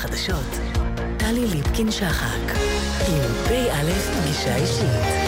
החדשות, טלי ליפקין שחק, עם פ"א פגישה אישית.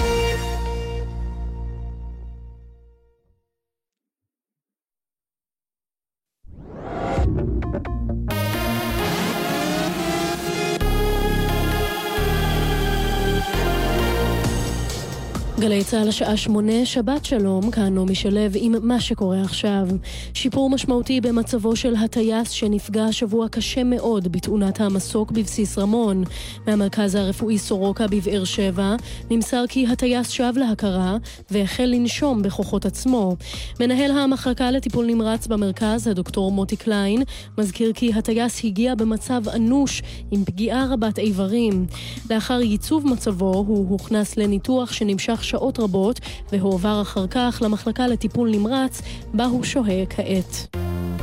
גלי צהל השעה 8, שבת שלום, כאן נעמי שלו עם מה שקורה עכשיו. שיפור משמעותי במצבו של הטייס שנפגע השבוע קשה מאוד בתאונת המסוק בבסיס רמון. מהמרכז הרפואי סורוקה בבאר שבע נמסר כי הטייס שב להכרה והחל לנשום בכוחות עצמו. מנהל המחלקה לטיפול נמרץ במרכז, הדוקטור מוטי קליין, מזכיר כי הטייס הגיע במצב אנוש עם פגיעה רבת איברים. לאחר ייצוב מצבו הוא הוכנס לניתוח שנמשך שעות רבות והועבר אחר כך למחלקה לטיפול נמרץ בה הוא שוהה כעת.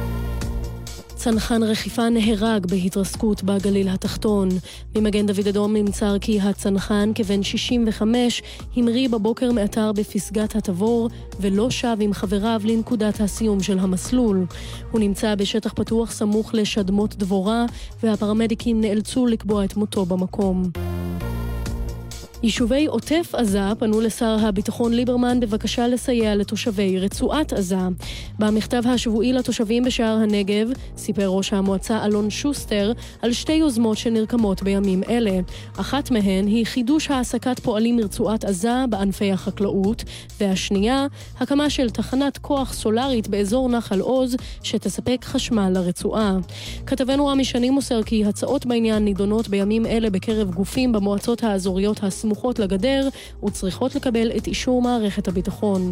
צנחן רכיפה נהרג בהתרסקות בגליל התחתון. ממגן דוד אדום נמסר כי הצנחן כבן 65 המריא בבוקר מאתר בפסגת התבור ולא שב עם חבריו לנקודת הסיום של המסלול. הוא נמצא בשטח פתוח סמוך לשדמות דבורה והפרמדיקים נאלצו לקבוע את מותו במקום. יישובי עוטף עזה פנו לשר הביטחון ליברמן בבקשה לסייע לתושבי רצועת עזה. במכתב השבועי לתושבים בשער הנגב סיפר ראש המועצה אלון שוסטר על שתי יוזמות שנרקמות בימים אלה. אחת מהן היא חידוש העסקת פועלים מרצועת עזה בענפי החקלאות, והשנייה, הקמה של תחנת כוח סולרית באזור נחל עוז שתספק חשמל לרצועה. כתבנו רמי שני מוסר כי הצעות בעניין נידונות בימים אלה בקרב גופים במועצות האזוריות סמוכות לגדר וצריכות לקבל את אישור מערכת הביטחון.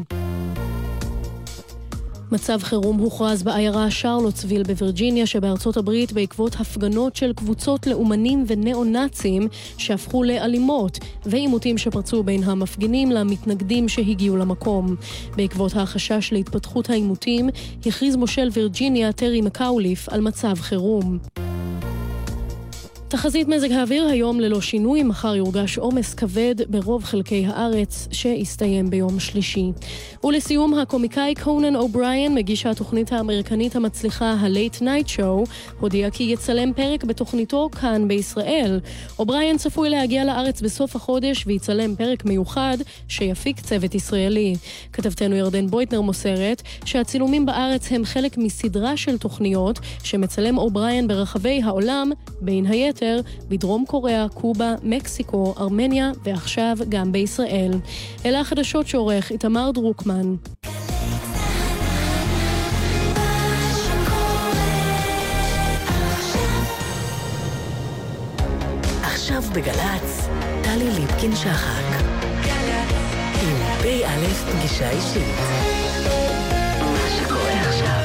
מצב חירום הוכרז בעיירה שרלוטסוויל בווירג'יניה שבארצות הברית בעקבות הפגנות של קבוצות לאומנים ונאו-נאצים שהפכו לאלימות ועימותים שפרצו בין המפגינים למתנגדים שהגיעו למקום. בעקבות החשש להתפתחות העימותים הכריז מושל וירג'יניה טרי מקאוליף על מצב חירום. תחזית מזג האוויר היום ללא שינוי, מחר יורגש עומס כבד ברוב חלקי הארץ שיסתיים ביום שלישי. ולסיום, הקומיקאי קונן אובריין, מגיש התוכנית האמריקנית המצליחה ה-Late Night Show, הודיע כי יצלם פרק בתוכניתו כאן בישראל. אובריין צפוי להגיע לארץ בסוף החודש ויצלם פרק מיוחד שיפיק צוות ישראלי. כתבתנו ירדן בויטנר מוסרת שהצילומים בארץ הם חלק מסדרה של תוכניות שמצלם אובריין ברחבי העולם, בין היתר בדרום קוריאה, קובה, מקסיקו, ארמניה ועכשיו גם בישראל. אלה החדשות שעורך איתמר דרוקמן. עכשיו בגלץ, טלי ליפקין שחק. עם פ"א פגישה אישית. מה שקורה עכשיו.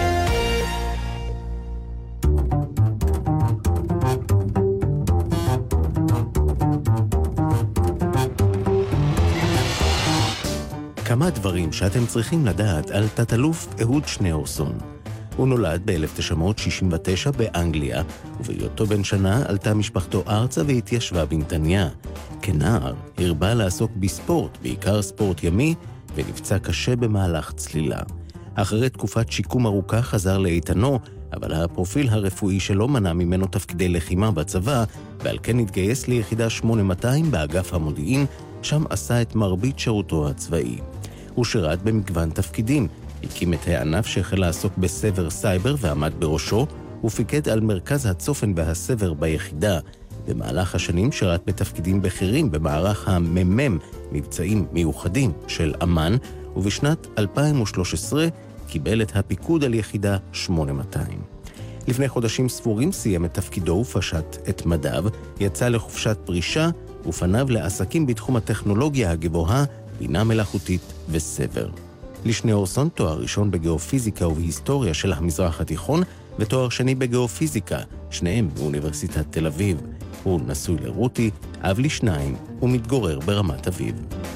כמה דברים שאתם צריכים לדעת על תת-אלוף אהוד שניאורסון. הוא נולד ב-1969 באנגליה, ובהיותו בן שנה עלתה משפחתו ארצה והתיישבה בנתניה. כנער הרבה לעסוק בספורט, בעיקר ספורט ימי, ונפצע קשה במהלך צלילה. אחרי תקופת שיקום ארוכה חזר לאיתנו, אבל הפרופיל הרפואי שלו מנע ממנו תפקידי לחימה בצבא, ועל כן התגייס ליחידה 8200 באגף המודיעין, שם עשה את מרבית שירותו הצבאי. הוא שירת במגוון תפקידים, הקים את הענף שהחל לעסוק בסבר סייבר ועמד בראשו, ופיקד על מרכז הצופן והסבר ביחידה. במהלך השנים שירת בתפקידים בכירים במערך הממ"מ, מבצעים מיוחדים של אמן, ובשנת 2013 קיבל את הפיקוד על יחידה 8200. לפני חודשים ספורים סיים את תפקידו ופשט את מדיו, יצא לחופשת פרישה ופניו לעסקים בתחום הטכנולוגיה הגבוהה, בינה מלאכותית וסבר. לשניאורסון תואר ראשון בגיאופיזיקה ובהיסטוריה של המזרח התיכון, ותואר שני בגיאופיזיקה, שניהם באוניברסיטת תל אביב. הוא נשוי לרותי, אב לשניים, ומתגורר ברמת אביב.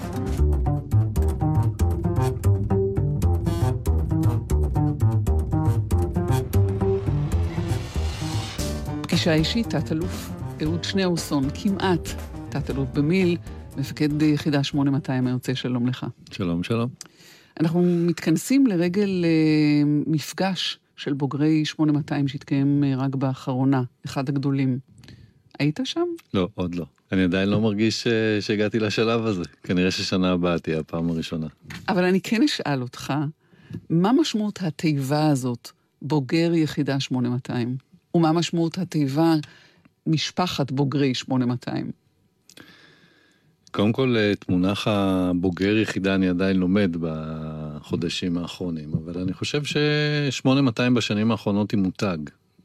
פגישה אישית, תת-אלוף אהוד שניאורסון, כמעט תת-אלוף במיל, מפקד יחידה 8200, היוצא, שלום לך. שלום, שלום. אנחנו מתכנסים לרגל מפגש של בוגרי 8200 שהתקיים רק באחרונה, אחד הגדולים. היית שם? לא, עוד לא. אני עדיין לא מרגיש שהגעתי לשלב הזה. כנראה ששנה הבאה תהיה הפעם הראשונה. אבל אני כן אשאל אותך, מה משמעות התיבה הזאת, בוגר יחידה 8200? ומה משמעות התיבה משפחת בוגרי 8200? קודם כל, את מונח הבוגר יחידה אני עדיין לומד בחודשים האחרונים, אבל אני חושב ש8200 בשנים האחרונות היא מותג,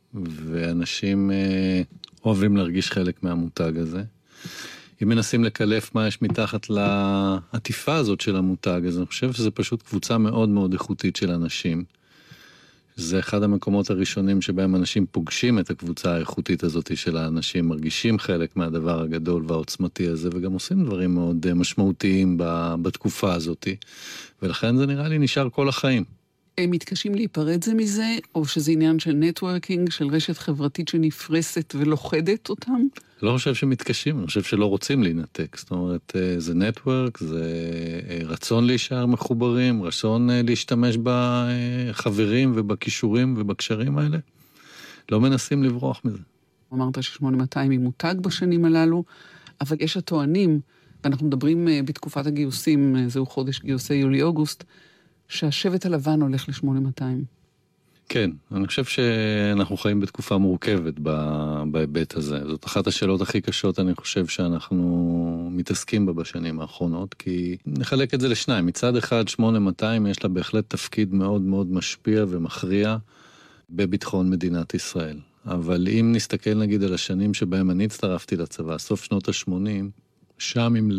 ואנשים אוהבים להרגיש חלק מהמותג הזה. אם מנסים לקלף מה יש מתחת לעטיפה הזאת של המותג, אז אני חושב שזה פשוט קבוצה מאוד מאוד איכותית של אנשים. זה אחד המקומות הראשונים שבהם אנשים פוגשים את הקבוצה האיכותית הזאת של האנשים, מרגישים חלק מהדבר הגדול והעוצמתי הזה, וגם עושים דברים מאוד משמעותיים בתקופה הזאת, ולכן זה נראה לי נשאר כל החיים. הם מתקשים להיפרד זה מזה, או שזה עניין של נטוורקינג, של רשת חברתית שנפרסת ולוחדת אותם? לא חושב שמתקשים, אני חושב שלא רוצים להינתק. זאת אומרת, זה נטוורק, זה רצון להישאר מחוברים, רצון להשתמש בחברים ובכישורים ובקשרים האלה. לא מנסים לברוח מזה. אמרת ש8200 היא מותג בשנים הללו, אבל יש הטוענים, ואנחנו מדברים בתקופת הגיוסים, זהו חודש גיוסי יולי-אוגוסט, שהשבט הלבן הולך ל8200. כן, אני חושב שאנחנו חיים בתקופה מורכבת בהיבט הזה. זאת אחת השאלות הכי קשות, אני חושב שאנחנו מתעסקים בה בשנים האחרונות, כי נחלק את זה לשניים. מצד אחד, 8200 יש לה בהחלט תפקיד מאוד מאוד משפיע ומכריע בביטחון מדינת ישראל. אבל אם נסתכל נגיד על השנים שבהם אני הצטרפתי לצבא, סוף שנות ה-80, שם אם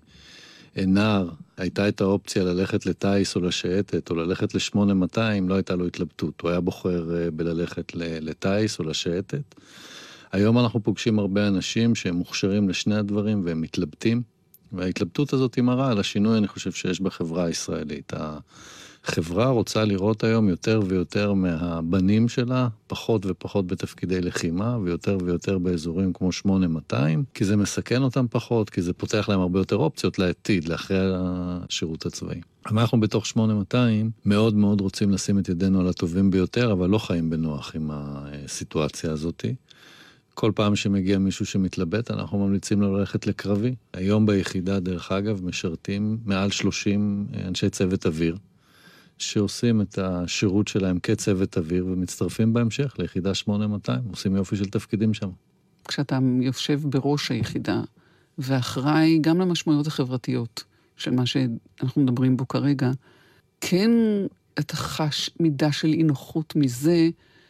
לנער הייתה את האופציה ללכת לטייס או לשייטת או ללכת ל8200, לא הייתה לו התלבטות. הוא היה בוחר בללכת לטייס או לשייטת. היום אנחנו פוגשים הרבה אנשים שהם מוכשרים לשני הדברים והם מתלבטים, וההתלבטות הזאת היא מראה על השינוי, אני חושב שיש בחברה הישראלית. החברה רוצה לראות היום יותר ויותר מהבנים שלה, פחות ופחות בתפקידי לחימה, ויותר ויותר באזורים כמו 8200, כי זה מסכן אותם פחות, כי זה פותח להם הרבה יותר אופציות לעתיד, לאחרי השירות הצבאי. אנחנו בתוך 8200 מאוד מאוד רוצים לשים את ידינו על הטובים ביותר, אבל לא חיים בנוח עם הסיטואציה הזאת. כל פעם שמגיע מישהו שמתלבט, אנחנו ממליצים לו ללכת לקרבי. היום ביחידה, דרך אגב, משרתים מעל 30 אנשי צוות אוויר, שעושים את השירות שלהם כצוות אוויר, ומצטרפים בהמשך ליחידה 8200, עושים יופי של תפקידים שם. כשאתה יושב בראש היחידה, ואחראי גם למשמעויות החברתיות, של מה שאנחנו מדברים בו כרגע, כן אתה חש מידה של אי נוחות מזה,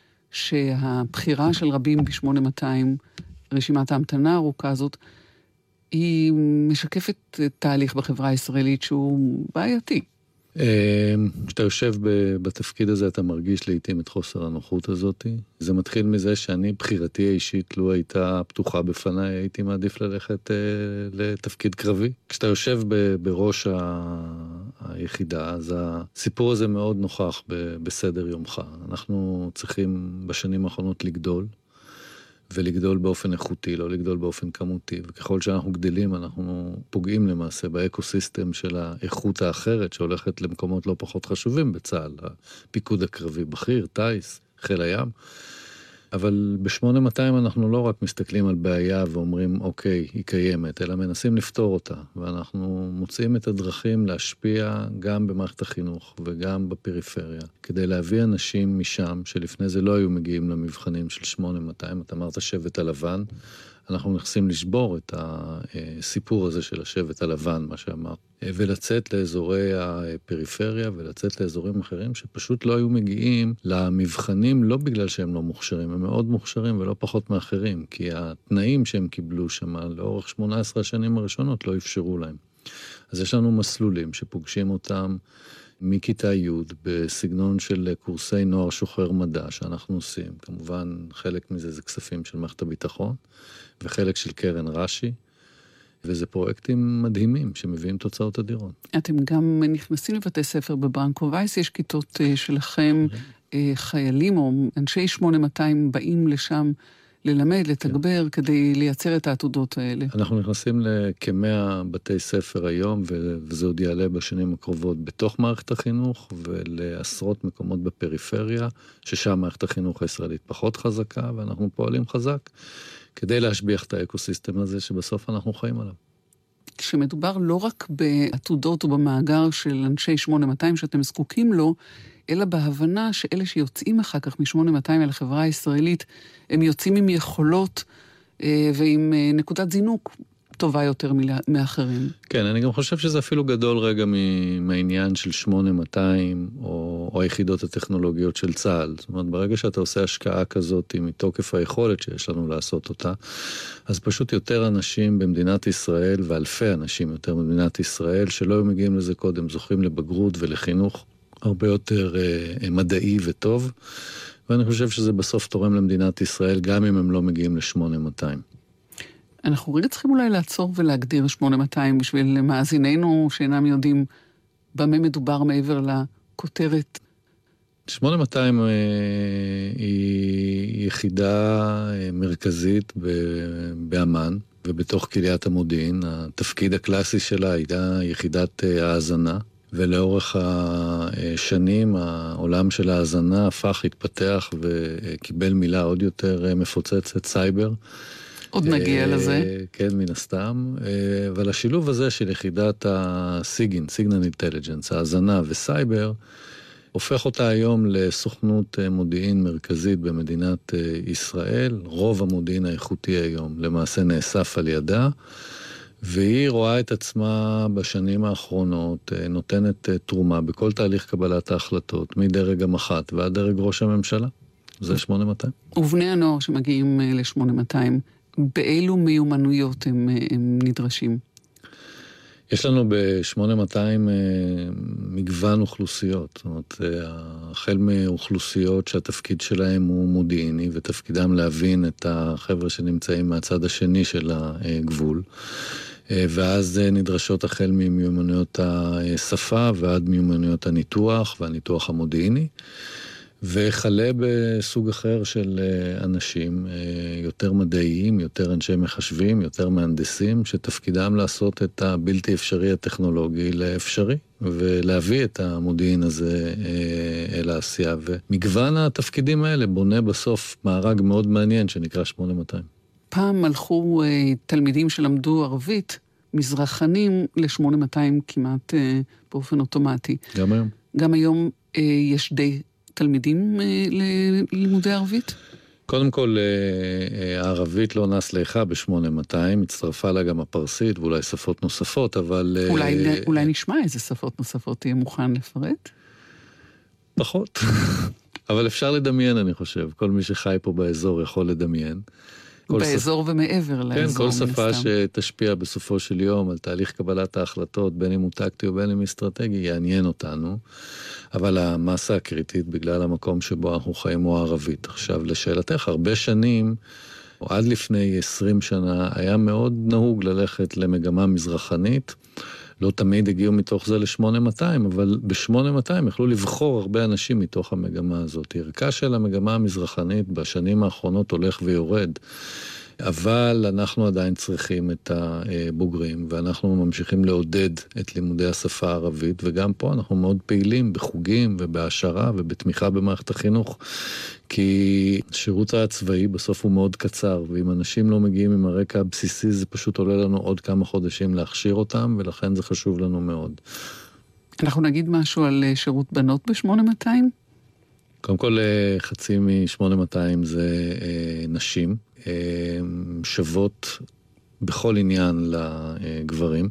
שהבחירה של רבים ב8200, רשימת ההמתנה הארוכה הזאת, היא משקפת תהליך בחברה הישראלית שהוא בעייתי. כשאתה יושב בתפקיד הזה, אתה מרגיש לעתים את חוסר הנוחות הזאת. זה מתחיל מזה שאני, בחירתי האישית, לו הייתה פתוחה בפניי, הייתי מעדיף ללכת לתפקיד קרבי. כשאתה יושב בראש היחידה, אז הסיפור הזה מאוד נוכח בסדר יומך. אנחנו צריכים בשנים האחרונות לגדול, ולגדול באופן איכותי, לא לגדול באופן כמותי, וככל שאנחנו גדלים, אנחנו פוגעים למעשה באקוסיסטם של האיכות האחרת, שהולכת למקומות לא פחות חשובים בצה"ל, הפיקוד הקרבי בכיר, טייס, חיל הים, אבל ב8200 אנחנו לא רק מסתכלים על בעיה ואומרים, אוקיי, היא קיימת, אלא מנסים לפתור אותה, ואנחנו מוצאים את הדרכים להשפיע גם במערכת החינוך וגם בפריפריה, כדי להביא אנשים משם, שלפני זה לא היו מגיעים למבחנים של 8200, אתה אמרת שבט הלבן, אנחנו נכנסים לשבור את הסיפור הזה של השבט הלבן, מה שאמר, ולצאת לאזורי הפריפריה ולצאת לאזורים אחרים שפשוט לא היו מגיעים למבחנים, לא בגלל שהם לא מוכשרים, הם מאוד מוכשרים ולא פחות מאחרים, כי התנאים שהם קיבלו שם לאורך 18 השנים הראשונות לא אפשרו להם. אז יש לנו מסלולים שפוגשים אותם מכיתה י' בסגנון של קורסי נוער שוחר מדע שאנחנו עושים. כמובן, חלק מזה זה כספים של מערכת הביטחון, וחלק של קרן רש"י, וזה פרויקטים מדהימים שמביאים תוצאות אדירות. אתם גם נכנסים לבתי ספר בברנקו וייס, יש כיתות שלכם, חיילים או אנשי 8200 באים לשם ללמד, לתגבר, כדי לייצר את העתודות האלה? אנחנו נכנסים לכ-100 בתי ספר היום, וזה עוד יעלה בשנים הקרובות בתוך מערכת החינוך, ולעשרות מקומות בפריפריה, ששם מערכת החינוך הישראלית פחות חזקה, ואנחנו פועלים חזק, כדי להשביח את האקוסיסטם הזה, שבסוף אנחנו חיים עליו. כשמדובר לא רק בעתודות או במאגר של אנשי 8200 שאתם זקוקים לו, אלא בהבנה שאלה שיוצאים אחר כך מ-8200 אל החברה הישראלית, הם יוצאים עם יכולות ועם נקודת זינוק טובה יותר מאחרים. כן, אני גם חושב שזה אפילו גדול רגע מהעניין של 8200 או היחידות הטכנולוגיות של צה"ל. זאת אומרת, ברגע שאתה עושה השקעה כזאת מתוקף היכולת שיש לנו לעשות אותה, אז פשוט יותר אנשים במדינת ישראל, ואלפי אנשים יותר במדינת ישראל, שלא היו מגיעים לזה קודם, זוכים לבגרות ולחינוך הרבה יותר מדעי וטוב, ואני חושב שזה בסוף תורם למדינת ישראל, גם אם הם לא מגיעים ל-8200. אנחנו רגע צריכים אולי לעצור ולהגדיר 8200 בשביל מאזיננו שאינם יודעים במה מדובר מעבר לכותרת. 8200 היא יחידה מרכזית באמן, ובתוך קהיליית המודיעין. התפקיד הקלאסי שלה הייתה יחידת האזנה, ולאורך השנים העולם של האזנה הפך, התפתח וקיבל מילה עוד יותר מפוצצת, סייבר. עוד נגיע לזה. כן, מן הסתם. אבל השילוב הזה של יחידת הסיגין, סיגנל אינטליג'נס, האזנה וסייבר, הופך אותה היום לסוכנות מודיעין מרכזית במדינת ישראל. רוב המודיעין האיכותי היום למעשה נאסף על ידה, והיא רואה את עצמה בשנים האחרונות, נותנת תרומה בכל תהליך קבלת ההחלטות, מדרג המח"ט ועד דרג ראש הממשלה. זה 8200. ובני הנוער שמגיעים ל-8200, באילו מיומנויות הם נדרשים? יש לנו ב-8200 מגוון אוכלוסיות. זאת אומרת, החל מאוכלוסיות שהתפקיד שלהם הוא מודיעיני, ותפקידם להבין את החבר'ה שנמצאים מהצד השני של הגבול. ואז נדרשות החל ממיומנויות השפה ועד מיומנויות הניתוח והניתוח המודיעיני. וחלה בסוג אחר של אנשים יותר מדעיים, יותר אנשי מחשבים, יותר מהנדסים, שתפקידם לעשות את הבלתי אפשרי הטכנולוגי לאפשרי, ולהביא את המודיעין הזה אל העשייה. ומגוון התפקידים האלה בונה בסוף מארג מאוד מעניין שנקרא 8200. פעם הלכו תלמידים שלמדו ערבית, מזרחנים ל-8200 כמעט באופן אוטומטי. גם היום. גם היום יש די תלמידים ללימודי ערבית? קודם כל, הערבית לא נסלחה ב-8200, הצטרפה לה גם הפרסית ואולי שפות נוספות, אבל... אולי נשמע איזה שפות נוספות תהיה מוכן לפרט? פחות. אבל אפשר לדמיין, אני חושב. כל מי שחי פה באזור יכול לדמיין. באזור ומעבר לאזור. כן, כל שפה שתשפיע בסופו של יום על תהליך קבלת ההחלטות, בין אם הוא טקטי או בין אם אסטרטגי, יעניין אותנו. אבל המסה הקריטית בגלל המקום שבו אנחנו חיים הוא הערבית. עכשיו, לשאלתך, הרבה שנים, או עד לפני 20 שנה, היה מאוד נהוג ללכת למגמה מזרחנית. לא תמיד הגיעו מתוך זה ל-8200, אבל ב-8200 יכלו לבחור הרבה אנשים מתוך המגמה הזאת. ערכה של המגמה המזרחנית בשנים האחרונות הולך ויורד, אבל אנחנו עדיין צריכים את הבוגרים, ואנחנו ממשיכים לעודד את לימודי השפה הערבית, וגם פה אנחנו מאוד פעילים בחוגים ובהשערה ובתמיכה במערכת החינוך, כי שירות הצבאי בסוף הוא מאוד קצר, ואם אנשים לא מגיעים עם הרקע הבסיסי, זה פשוט עולה לנו עוד כמה חודשים להכשיר אותם, ולכן זה חשוב לנו מאוד. אנחנו נגיד משהו על שירות בנות ב-8200? קודם כל, חצי מ-8200 זה נשים, שוות בכל עניין לגברים.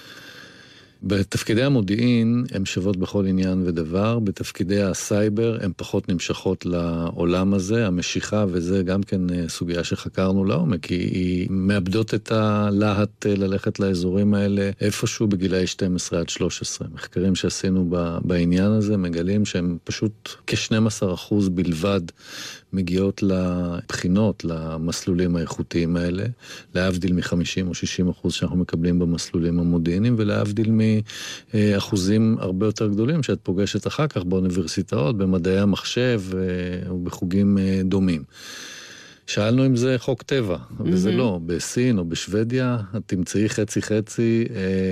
בתפקידי המודיעין הן שוות בכל עניין ודבר, בתפקידי הסייבר הן פחות נמשכות לעולם הזה, המשיכה, וזה גם כן סוגיה שחקרנו לעומק, כי היא מאבדות את הלהט ללכת לאזורים האלה איפשהו בגילאי 12 עד 13. מחקרים שעשינו בעניין הזה מגלים שהם פשוט כ-12% בלבד מגיעות לבחינות, למסלולים האיכותיים האלה, להבדיל מ-50 או 60% שאנחנו מקבלים במסלולים המודיעיניים, ולהבדיל מאחוזים הרבה יותר גדולים שאת פוגשת אחר כך באוניברסיטאות, במדעי המחשב ובחוגים דומים. שאלנו אם זה חוק טבע, וזה לא. בסין או בשוודיה, את תמצאי חצי-חצי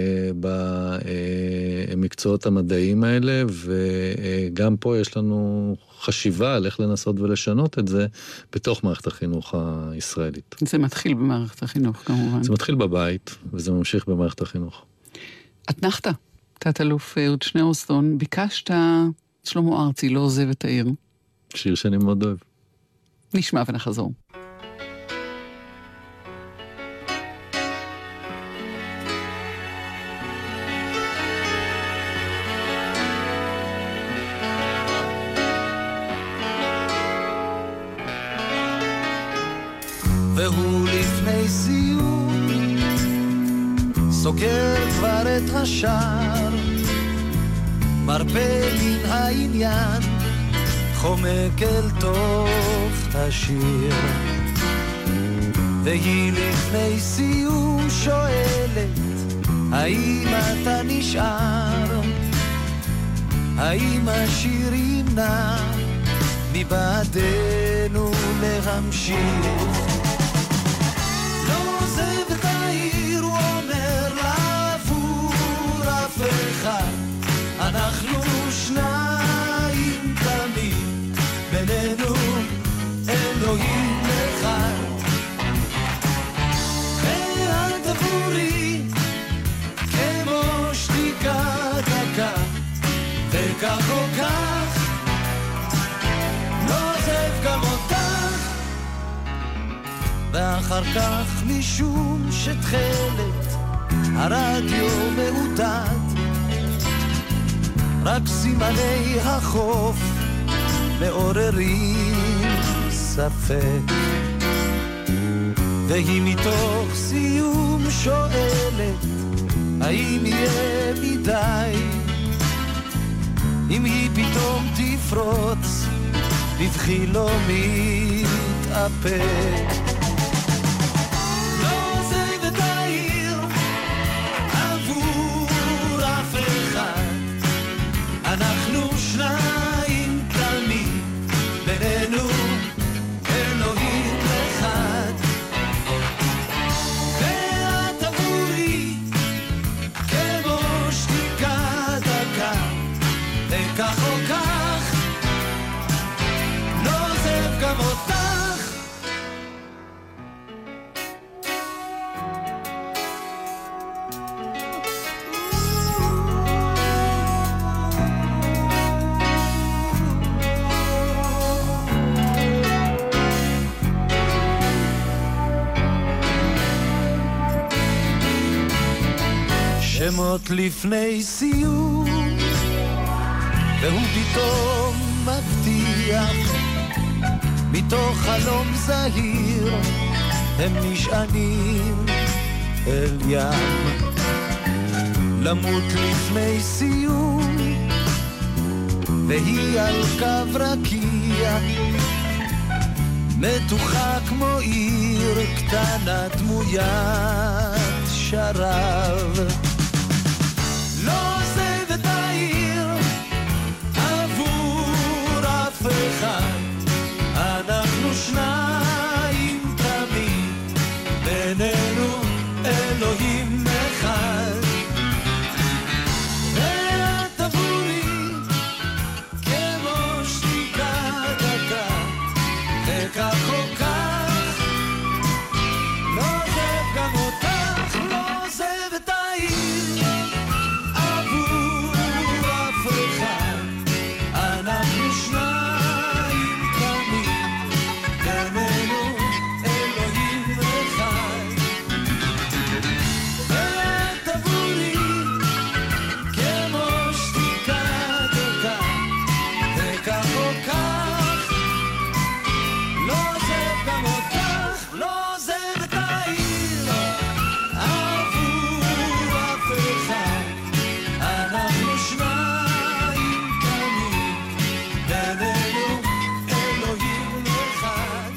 במקצועות המדעיים האלה, וגם פה יש לנו חשיבה על איך לנסות ולשנות את זה בתוך מערכת החינוך הישראלית. זה מתחיל במערכת החינוך, כמובן. זה מתחיל בבית, וזה ממשיך במערכת החינוך. אתנחת, תת-אלוף אהוד שניאורסון, ביקשת שלמה ארצי לא עוזב את העיר. שיר שאני מאוד אוהב. נשמע ונחזור. והוא לפני סיום סוגר כבר את השער, מרפא מן העניין, חומק אל תוך השיר. והיא לפני סיום שואלת, האם אתה נשאר? האם השיר ימנע מבעדנו להמשיך? לא עוזב את העיר, הוא אומר לעבור אף אחד, אנחנו שניים תמיד, בינינו אלוהים אחד. ואל תבורי כמו שתיקה דקה, וכך או כך לא עוזב גם אותך. ואחר כך משום שתחלת הרדיו מעודד, רק סימני החוף מעוררים ספק. והיא מתוך סיום שואלת, האם יהיה מדי אם היא פתאום תפרוץ בבכי לא מתאפק? לא עוזב את העיר עבור אף אחד, אנחנו שניים תמיד, בינינו אלוהים אחד. ואת עבורי כמו שתיקה דקה, וכך או כך לא עוזב גם אותך. שמות לפני סיום, והוא פתאום מבטיח מתוך חלום זהיר, הם נשענים אל ים. למות לפני סיום, והיא על קו רקיע, מתוחה כמו עיר קטנה דמוית שרב. לא עוזב את העיר עבור אף אחד, אנחנו שניים תמיד, בינינו אלוהים אחד. ואת עבורי כמו שתיקה דקה, וכך או כך לא עוזב גם אותך. לא עוזב את העיר עבור אף אחד, אנחנו שניים תמיד, בינינו אלוהים אחד. ואת עבורי כמו שתיקה דקה, וכך או כך לא עוזב גם אותך. לא עוזב את העיר עבור אף אחד, אנחנו שניים תמיד, בינינו אלוהים אחד.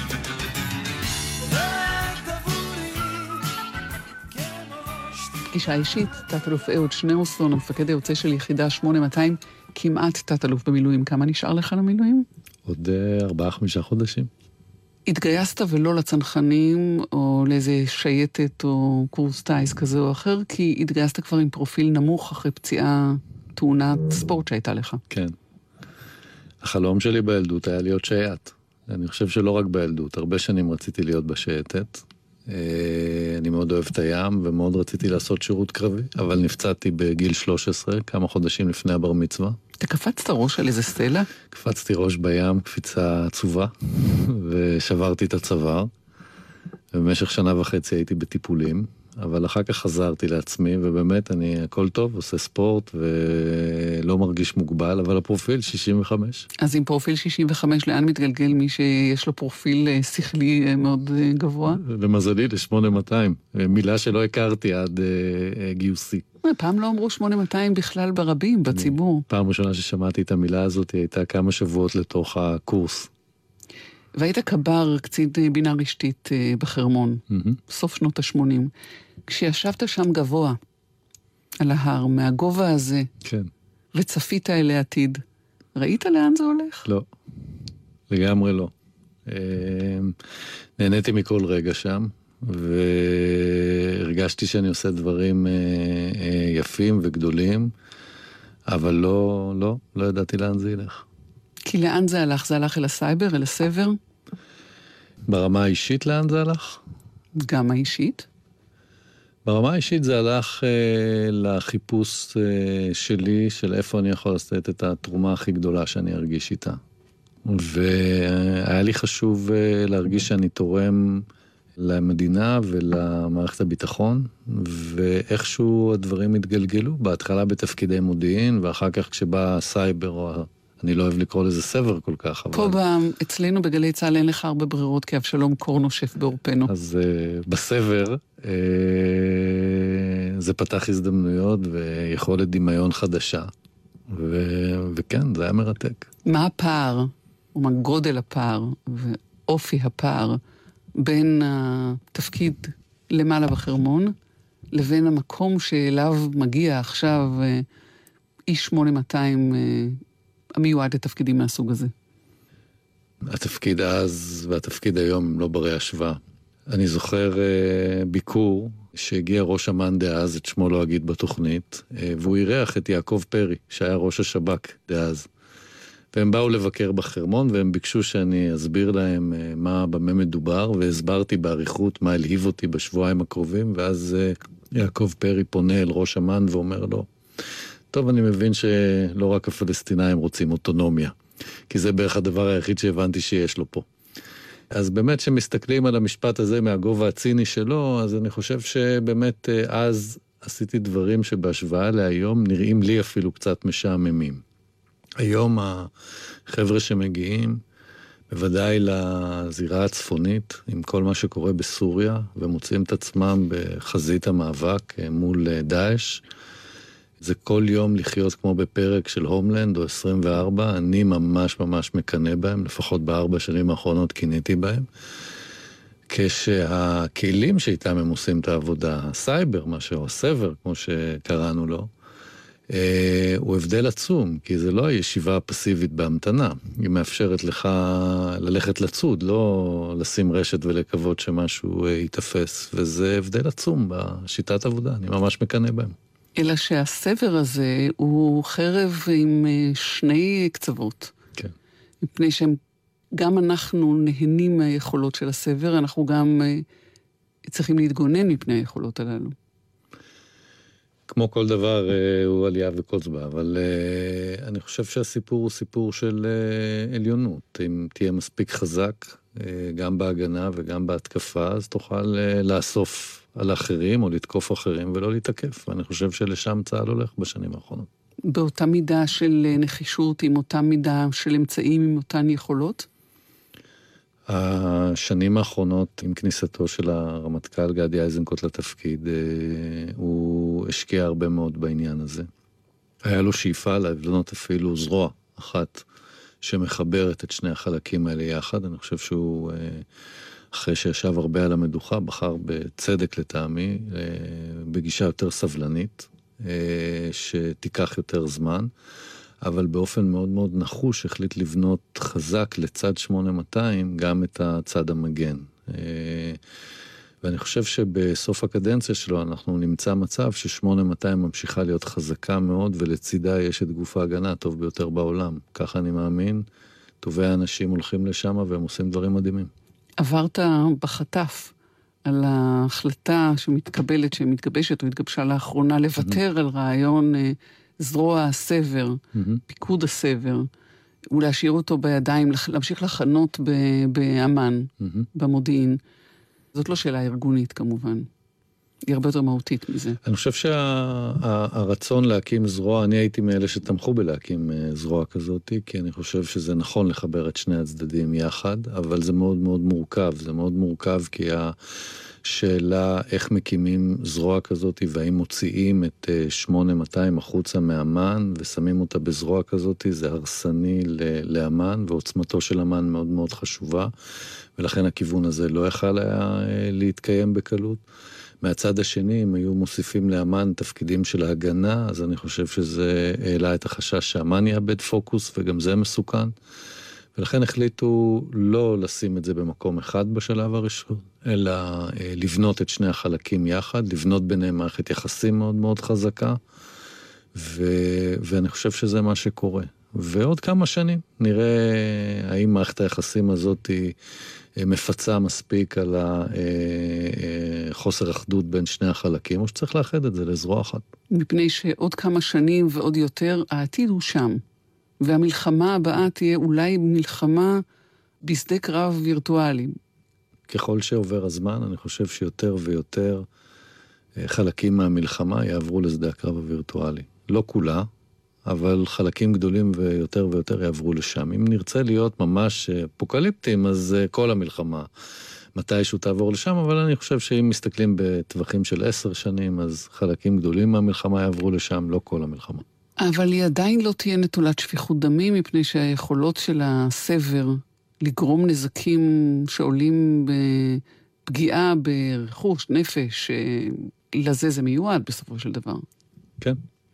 ואת עבורי כמו שתיקה. פגישה אישית, תת-אלוף אהוד שניאורסון, המפקד היוצא של יחידה 8200, כמעט תת-אלוף במילואים. כמה נשאר לך למילואים? עוד 4-5 חודשים. התגייסת ולא לצנחנים, או לאיזה שייטת או קורס טייס כזה או אחר, כי התגייסת כבר עם פרופיל נמוך אחרי פציעה, תאונת ספורט שהייתה לך. כן. החלום שלי בילדות היה להיות שייט. אני חושב שלא רק בילדות, הרבה שנים רציתי להיות בשייטת. אני מאוד אוהב את הים, ומאוד רציתי לעשות שירות קרבי, אבל נפצעתי בגיל 13, כמה חודשים לפני הבר מצווה. אתה קפצת ראש על איזה סטלה? קפצתי ראש בים, קפיצה עצובה, ושברתי את הצוואר. ובמשך 1.5 הייתי בטיפולים, אבל אחר כך חזרתי לעצמי, ובאמת אני הכל טוב, עושה ספורט, ולא מרגיש מוגבל, אבל הפרופיל 65. אז עם פרופיל 65, לאן מתגלגל מי שיש לו פרופיל שכלי מאוד גבוה? למזלי, ל-8200, מילה שלא הכרתי עד גיוסי. פעם לא אמרו 8200 בכלל ברבים, בציבור. פעם ראשונה ששמעתי את המילה הזאת, הייתה כמה שבועות לתוך הקורס. והיית קבר קצין בינה רשתית בחרמון, סוף שנות ה-80. כשישבת שם גבוה, על ההר, מהגובה הזה, כן. וצפית אל העתיד, ראית לאן זה הולך? לא, לגמרי לא. נהניתי מכל רגע שם, והרגשתי שאני עושה דברים יפים וגדולים, אבל לא ידעתי לאן זה ילך. כי לאן זה הלך? זה הלך אל הסייבר, אל הסבר? ברמה האישית לאן זה הלך? גם האישית? ברמה האישית זה הלך לחיפוש שלי, של איפה אני יכול לעשות את התרומה הכי גדולה שאני ארגיש איתה. והיה לי חשוב להרגיש שאני תורם למדינה ולמערכת הביטחון, ואיכשהו הדברים התגלגלו, בהתחלה בתפקידי מודיעין, ואחר כך כשבא הסייבר או אני לא אוהב לקרוא לזה סבר כל כך, אבל... פה אצלנו בגלי צהל אין לך הרבה ברירות, כי אבשלום קור נושף בעורפנו. אז בסבר זה פתח הזדמנויות ויכולת דמיון חדשה, וכן, זה היה מרתק. מה הפער, או מה גודל הפער, ואופי הפער, בין התפקיד למעלה בחרמון, לבין המקום שאליו מגיע עכשיו איש 8200 המיועד לתפקידים מהסוג הזה? התפקיד אז והתפקיד היום הם לא ברי השוואה. אני זוכר ביקור שהגיע ראש אמ"ן דאז, את שמו לא אגיד בתוכנית, והוא אירח את יעקב פרי, שהיה ראש השב"כ דאז. והם באו לבקר בחרמון, והם ביקשו שאני אסביר להם במה מדובר, והסברתי בעריכות מה הלהיב אותי בשבועיים הקרובים, ואז יעקב פרי פונה אל ראש אמ"ן ואומר לו, טוב, אני מבין שלא רק הפלסטינאים רוצים אוטונומיה, כי זה בערך הדבר היחיד שהבנתי שיש לו פה. אז באמת שמסתכלים על המשפט הזה מהגובה הציני שלו, אז אני חושב שבאמת אז עשיתי דברים שבהשוואה להיום נראים לי אפילו קצת משעממים. היום החבר'ה שמגיעים, בוודאי לזירה הצפונית, עם כל מה שקורה בסוריה, ומוצאים את עצמם בחזית המאבק מול דאעש, זה כל יום לחיות כמו בפרק של הומלנד או 24, אני ממש ממש מקנה בהם, לפחות ב4 שנים האחרונות קיניתי בהם, כשהכלים שאיתם הם עושים את העבודה, הסייבר, משהו, הסבר, כמו שקראנו לו, הוא הבדל עצום, כי זה לא הישיבה פסיבית בהמתנה, היא מאפשרת לך ללכת לצוד, לא לשים רשת ולקוות שמשהו יתפס, וזה הבדל עצום בשיטת עבודה, אני ממש מקנה בהם. אלא שהסבר הזה הוא חרב עם שני קצוות. כן. מפני שגם אנחנו נהנים מהיכולות של הסבר, אנחנו גם צריכים להתגונן מפני היכולות הללו. כמו כל דבר הוא עלייה וקוצבה, אבל אני חושב שהסיפור הוא סיפור של עליונות. אם תהיה מספיק חזק, גם בהגנה וגם בהתקפה, אז תוכל לאסוף על האחרים או לתקוף אחרים ולא להתעקף. ואני חושב שלשם צה"ל הולך בשנים האחרונות. באותה מידה של נחישות, עם אותה מידה של אמצעים, עם אותן יכולות? השנים האחרונות, עם כניסתו של הרמטכ"ל גדי איזנקוט לתפקיד, הוא השקיע הרבה מאוד בעניין הזה. היה לו שאיפה לבנות אפילו זרוע אחת שמחברת את שני החלקים האלה יחד. אני חושב שהוא, אחרי שישב הרבה על המדוכה, בחר בצדק לטעמי, בגישה יותר סבלנית, שתיקח יותר זמן, אבל באופן מאוד מאוד נחוש החליט לבנות חזק לצד 8200 גם את הצד המגן. ואני חושב שבסוף הקדנציה שלו אנחנו נמצא מצב ש8200 ממשיכה להיות חזקה מאוד, ולצידה יש את גוף ההגנה הטוב ביותר בעולם. ככה אני מאמין, טובי האנשים הולכים לשם והם עושים דברים מדהימים. עברת בחטף על ההחלטה שמתגבשת או התגבשה לאחרונה לוותר על רעיון זרוע הסבר, פיקוד הסבר, ולהשאיר אותו בידיים, להמשיך לחנות באמן, במודיעין. זאת לא שאלה ארגונית כמובן. היא הרבה יותר מהותית מזה. אני חושב שהרצון להקים זרוע, אני הייתי מאלה שתמכו בלהקים זרוע כזאת, כי אני חושב שזה נכון לחבר את שני הצדדים יחד, אבל זה מאוד מאוד מורכב. זה מאוד מורכב כי השאלה איך מקימים זרוע כזאת, והאם מוציאים את 8200 החוצה מאמן, ושמים אותה בזרוע כזאת, זה הרסני לאמן, ועוצמתו של אמן מאוד מאוד חשובה, ולכן הכיוון הזה לא יכל היה להתקיים בקלות. מהצד השני, אם היו מוסיפים לאמן תפקידים של ההגנה, אז אני חושב שזה העלה את החשש שהאמן יאבד פוקוס, וגם זה מסוכן. ולכן החליטו לא לשים את זה במקום אחד בשלב הראשון, אלא לבנות את שני החלקים יחד, לבנות ביניהם מערכת יחסים מאוד מאוד חזקה, ואני חושב שזה מה שקורה. ועוד כמה שנים נראה האם מערכת היחסים הזאת היא מפצה מספיק על חוסר אחדות בין שני החלקים, או שצריך לאחד את זה לזרוע אחת. מפני שעוד כמה שנים ועוד יותר, העתיד הוא שם. והמלחמה הבאה תהיה אולי מלחמה בשדה קרב וירטואלי. ככל שעובר הזמן, אני חושב שיותר ויותר חלקים מהמלחמה יעברו לשדה הקרב הווירטואלי. לא כולה, אבל חלקים גדולים ויותר ויותר יעברו לשם. אם נרצה להיות ממש אפוקליפטיים, אז כל המלחמה מתישהו תעבור לשם, אבל אני חושב שאם מסתכלים בטווחים של 10 שנים, אז חלקים גדולים מהמלחמה יעברו לשם, לא כל המלחמה. אבל היא עדיין לא תהיה נטולת שפיכות דמים, מפני שהיכולות של הסבר לגרום נזקים שעולים בפגיעה ברכוש, נפש, לזה זה מיועד בסופו של דבר. כן.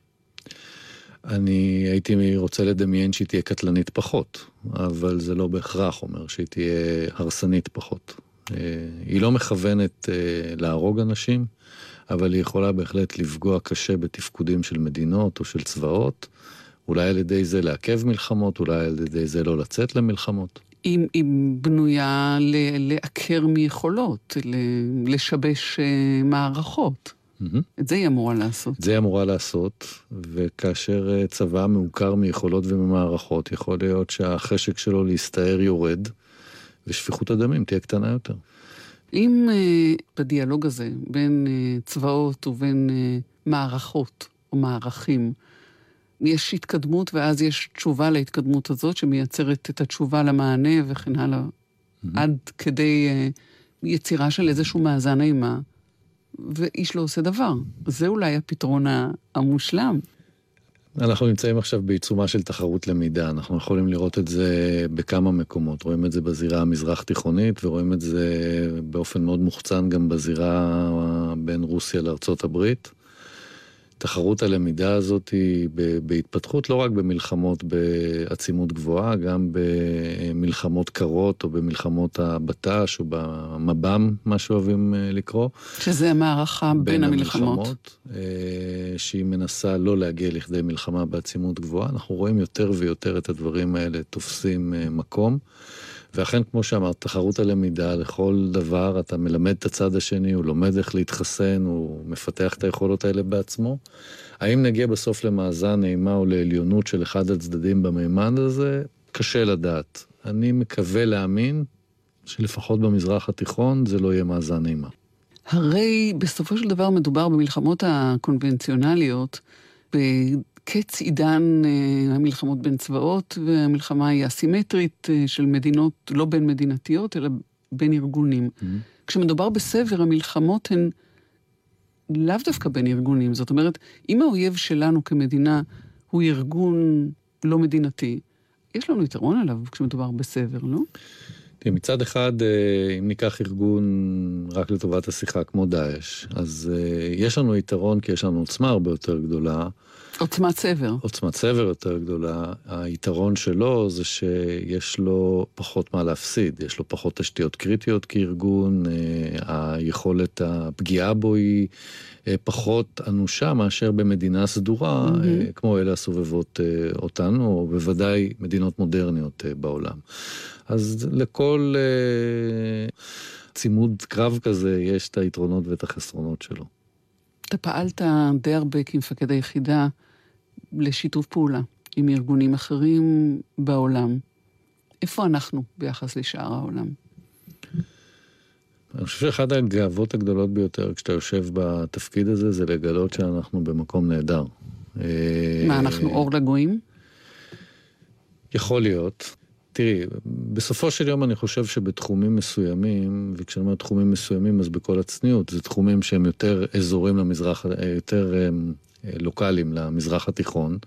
אני הייתי רוצה לדמיין שהיא תהיה קטלנית פחות, אבל זה לא בהכרח אומר שהיא תהיה הרסנית פחות. היא לא מכוונת להרוג אנשים, אבל היא יכולה בהחלט לפגוע קשה בתפקודים של מדינות או של צבאות, אולי על ידי זה לעכב מלחמות, אולי על ידי זה לא לצאת למלחמות. היא בנויה לעקר מיכולות, לשבש מערכות. את זה היא אמורה לעשות. את זה היא אמורה לעשות, וכאשר צבא מעוקר מיכולות וממערכות, יכול להיות שהחשק שלו להסתער יורד, ושפיכות הדמים תהיה קטנה יותר. אם בדיאלוג הזה, בין צבאות ובין מערכות או מערכים, יש התקדמות ואז יש תשובה להתקדמות הזאת, שמייצרת את התשובה למענה וכן הלאה, עד כדי יצירה של איזשהו מאזן אימה, ואיש לא עושה דבר. זה אולי הפתרון המושלם. אנחנו נמצאים עכשיו בעיצומה של תחרות למידה. אנחנו יכולים לראות את זה בכמה מקומות. רואים את זה בזירה המזרח תיכונית, ורואים את זה באופן מאוד מוחצן גם בזירה בין רוסיה לארצות הברית. תחרות הלמידה הזאת היא בהתפתחות לא רק במלחמות בעצימות גבוהה, גם במלחמות קרות או במלחמות הבט"ש או במב"ם, מה שאוהבים לקרוא. שזה המערכה בין המלחמות. שהיא מנסה לא להגיע לכדי מלחמה בעצימות גבוהה. אנחנו רואים יותר ויותר את הדברים האלה תופסים מקום. ואכן, כמו שאמרת, תחרות הלמידה, לכל דבר אתה מלמד את הצד השני, הוא לומד איך להתחסן, הוא מפתח את היכולות האלה בעצמו. האם נגיע בסוף למאזן נעימה או לעליונות של אחד הצדדים במימן הזה? קשה לדעת. אני מקווה להאמין שלפחות במזרח התיכון זה לא יהיה מאזן נעימה. הרי בסופו של דבר מדובר במלחמות הקונבנציונליות, קץ עידן המלחמות בין צבאות, והמלחמה היא אסימטרית של מדינות, לא בין מדינתיות, אלא בין ארגונים. כשמדובר בסבר, המלחמות הן לאו דווקא בין ארגונים. זאת אומרת, אם האויב שלנו כמדינה הוא ארגון לא מדינתי, יש לנו יתרון עליו כשמדובר בסבר, לא? מצד אחד, אם ניקח ארגון רק לטובת השיחה כמו דאעש, אז יש לנו יתרון כי יש לנו עוצמה הרבה יותר גדולה. עוצמת סבר. עוצמת סבר יותר גדולה. היתרון שלו זה שיש לו פחות מה להפסיד, יש לו פחות תשתיות קריטיות כארגון, היכולת הפגיעה בו היא פחות אנושה מאשר במדינה סדורה, כמו אלה הסובבות אותנו, או בוודאי מדינות מודרניות בעולם. אז לכל צימוד קרב כזה יש את היתרונות ואת החסרונות שלו. אתה פעלת די הרבה כמפקד היחידה לשיתוף פעולה עם ארגונים אחרים בעולם. איפה אנחנו ביחס לשאר העולם? אני חושב שאחת הגאוות הגדולות ביותר כשאתה יושב בתפקיד הזה, זה לגלות שאנחנו במקום נהדר. מה, אנחנו אור לגויים? יכול להיות. תראי, בסופו של יום אני חושב שבתחומים מסוימים, וכשאני אומר תחומים מסוימים, אז בכל הצניעות, זה תחומים שהם יותר אזורים למזרח, יותר לוקליים למזרח התיכון,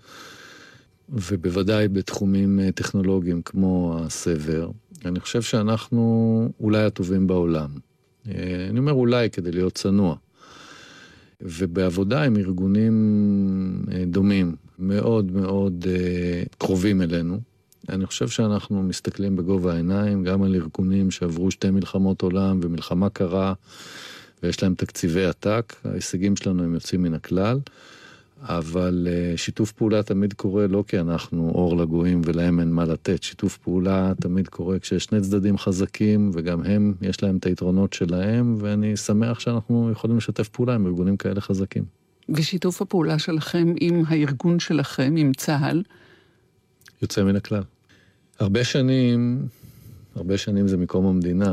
ובוודאי בתחומים טכנולוגיים כמו הסבר. אני חושב שאנחנו אולי הטובים בעולם. אני אומר אולי כדי להיות צנוע. ובעבודה עם ארגונים דומים, מאוד מאוד קרובים אלינו, אני חושב שאנחנו מסתכלים בגובה העיניים, גם על ארגונים שעברו 2 מלחמות עולם ומלחמה קרה, ויש להם תקציבי עתק, ההישגים שלנו הם יוצאים מן הכלל, אבל שיתוף פעולה תמיד קורה לא כי אנחנו אור לגויים ולהם אין מה לתת, שיתוף פעולה תמיד קורה כשיש 2 צדדים חזקים, וגם הם, יש להם את היתרונות שלהם, ואני שמח שאנחנו יכולים לשתף פעולה עם ארגונים כאלה חזקים. ושיתוף הפעולה שלכם עם הארגון שלכם, עם צה"ל? יוצא מן הכלל. הרבה שנים זה מקום המדינה.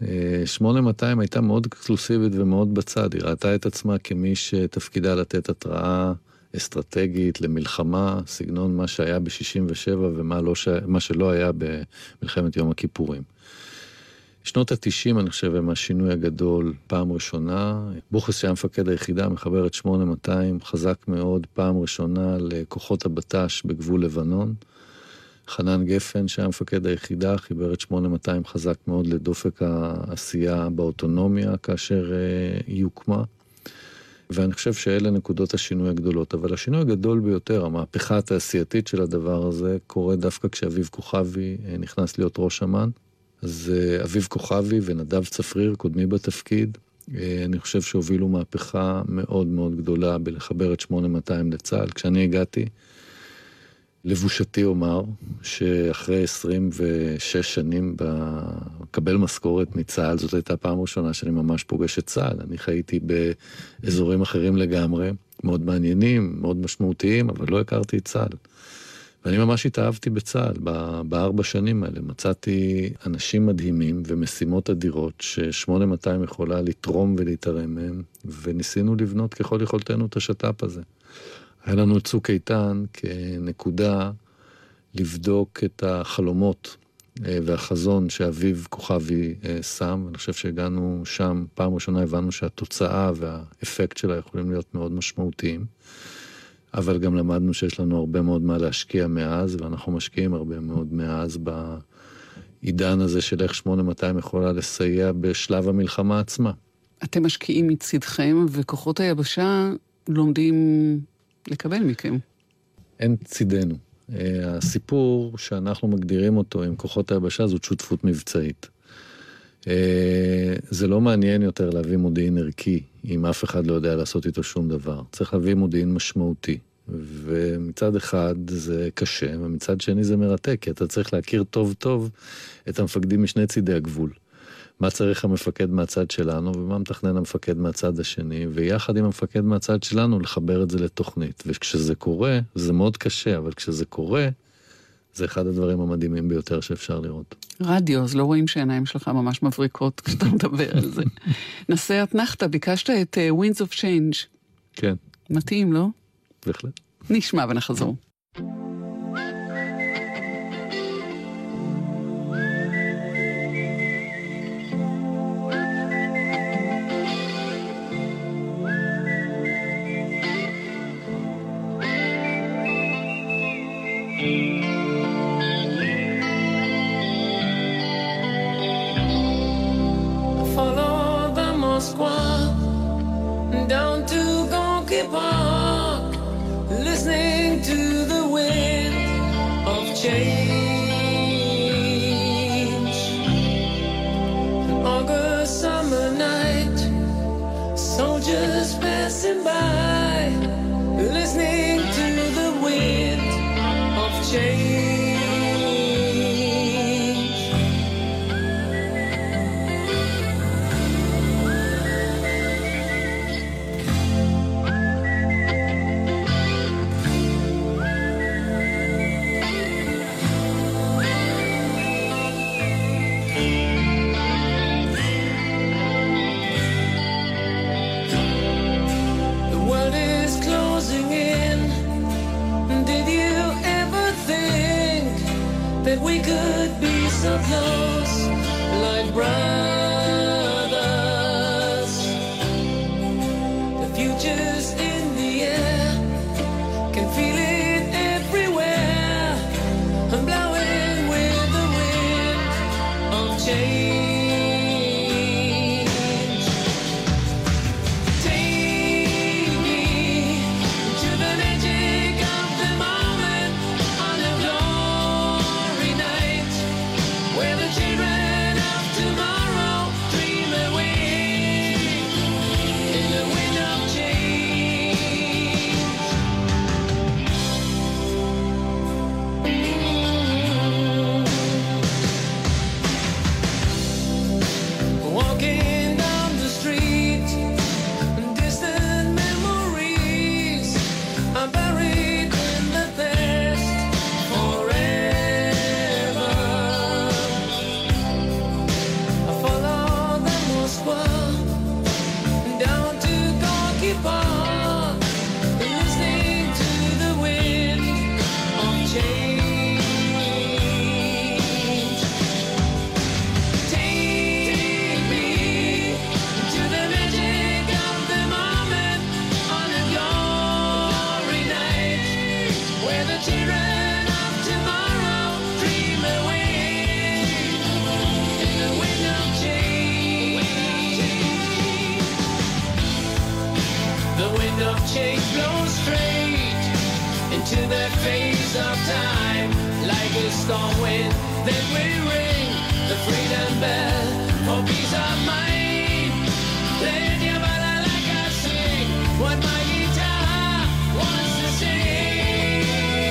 8200 הייתה מאוד אקסקלוסיבית ומאוד בצד. היא ראתה את עצמה כמי שתפקידה לתת התראה אסטרטגית למלחמה, סגנון מה שהיה ב-67 ומה שלא היה במלחמת יום הכיפורים. שנות ה-90, אני חושב, הם השינוי הגדול פעם ראשונה. בוכריס שהיה מפקד היחידה, מחבר את 8200, חזק מאוד, פעם ראשונה לכוחות הבט"ש בגבול לבנון. חנן גפן, שהיה מפקד היחידה, חיבר את 8200 חזק מאוד לדופק העשייה באוטונומיה, כאשר היא הוקמה. ואני חושב שאלה נקודות השינוי הגדולות. אבל השינוי הגדול ביותר, המהפכה התעשייתית של הדבר הזה, קורה דווקא כשאביב כוכבי נכנס להיות ראש אמ"ן. אז אביב כוכבי ונדב צפריר, קודמי בתפקיד, אני חושב שהובילו מהפכה מאוד מאוד גדולה בלחבר את 8200 לצה"ל. כשאני הגעתי, לבושתי אומר, שאחרי 26 שנים בקבל משכורת מצה"ל, זאת הייתה פעם ראשונה שאני ממש פוגש את צה"ל. אני חייתי באזורים אחרים לגמרי, מאוד מעניינים, מאוד משמעותיים, אבל לא הכרתי את צה"ל. ואני ממש התאהבתי בצה"ל, ב4 שנים האלה. מצאתי אנשים מדהימים ומשימות אדירות ש8200 יכולה לתרום ולהתערם מהם, וניסינו לבנות ככל יכולתנו את השטאפ הזה. היה לנו את צוק איתן כנקודה לבדוק את החלומות והחזון שאביב כוכבי שם, ואני חושב שהגענו שם, פעם ראשונה הבנו שהתוצאה והאפקט שלה יכולים להיות מאוד משמעותיים, אבל גם למדנו שיש לנו הרבה מאוד מה להשקיע מאז, ואנחנו משקיעים הרבה מאוד מאז בעידן הזה של איך 8200 יכולה לסייע בשלב המלחמה עצמה. אתם משקיעים מצדכם, וכוחות היבשה לומדים לקבל מכם. אין צידנו. הסיפור שאנחנו מגדירים אותו עם כוחות היבשה זאת שותפות מבצעית. זה לא מעניין יותר להביא מודיעין ערכי, אם אף אחד לא יודע לעשות איתו שום דבר. צריך להביא מודיעין משמעותי. ומצד אחד זה קשה, ומצד שני זה מרתק, כי אתה צריך להכיר טוב טוב את המפקדים משני צידי הגבול. מה צריך המפקד מהצד שלנו, ומה מתכנן המפקד מהצד השני, ויחד עם המפקד מהצד שלנו לחבר את זה לתוכנית. וכשזה קורה, זה מאוד קשה, אבל כשזה קורה, זה אחד הדברים המדהימים ביותר שאפשר לראות. רדיו, אז לא רואים שהעיניים שלך ממש מבריקות כשאתה מדבר על זה. נעשה אתנחתא, ביקשת את Winds of Change. כן. מתאים, לא? בהחלט. נשמע ונחזור. Moskva, down to Gonky Park, listening to the wind of change. An August summer night, soldiers passing by, listening to the wind of change. That we could be so close, like brothers. The future's in the air, can feel it everywhere. I'm blowing with the wind of change. Take me to the magic of the moment on a glory night, where the children of tomorrow dream away in the wind of change. Walking down the street, distant memories are buried in the past forever. I follow the Moskva down to Gorky Park, listening to the wind of change. Take me to the magic of the moment on a glory night, where the children of tomorrow dream away in the wind of change. The wind of change blows straight into the face of time, like a storm wind that will ring the freedom bell for peace of mind. Play your body like I sing what my guitar wants to sing.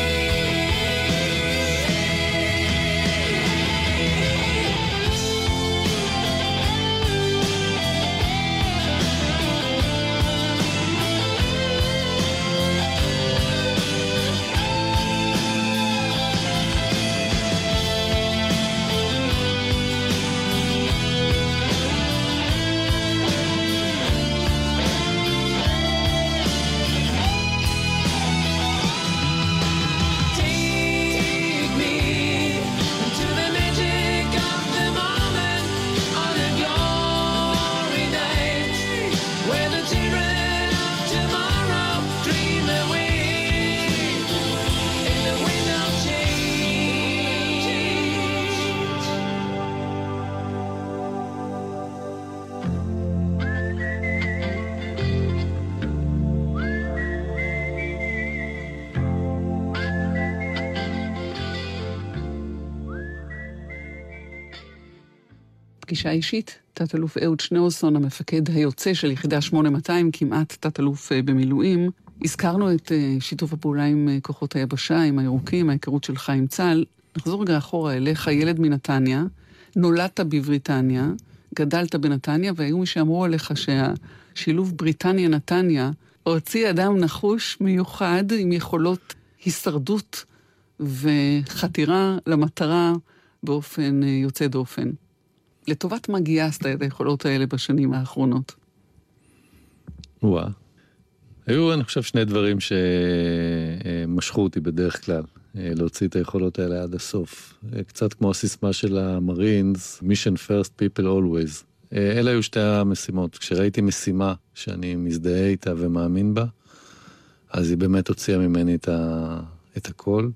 Take me to the magic of the moment on a glory night, where the children of tomorrow dream away in the wind of change. פגישה אישית, תת-אלוף אהוד שניאורסון, המפקד היוצא של יחידה 8200, כמעט תת-אלוף במילואים. הזכרנו את שיתוף הפעולה עם כוחות היבשה, עם הירוקים, ההיכרות שלך עם צה"ל. נחזור רגע אחורה אליך, ילד מנתניה, נולדת בבריטניה, גדלת בנתניה, והיו מי שאמרו עליך שהשילוב בריטניה-נתניה הוציא אדם נחוש מיוחד עם יכולות הישרדות וחתירה למטרה באופן יוצא דופן. לטובת מה גייסת את היכולות האלה בשנים האחרונות? היו, אני חושב, שני דברים שמשכו אותי בדרך כלל, להוציא את היכולות האלה עד הסוף. קצת כמו הסיסמה של המרינס, Mission First, People Always. אלה היו שתי המשימות. כשראיתי משימה שאני מזדהה איתה ומאמין בה, אז היא באמת הוציאה ממני את הכל.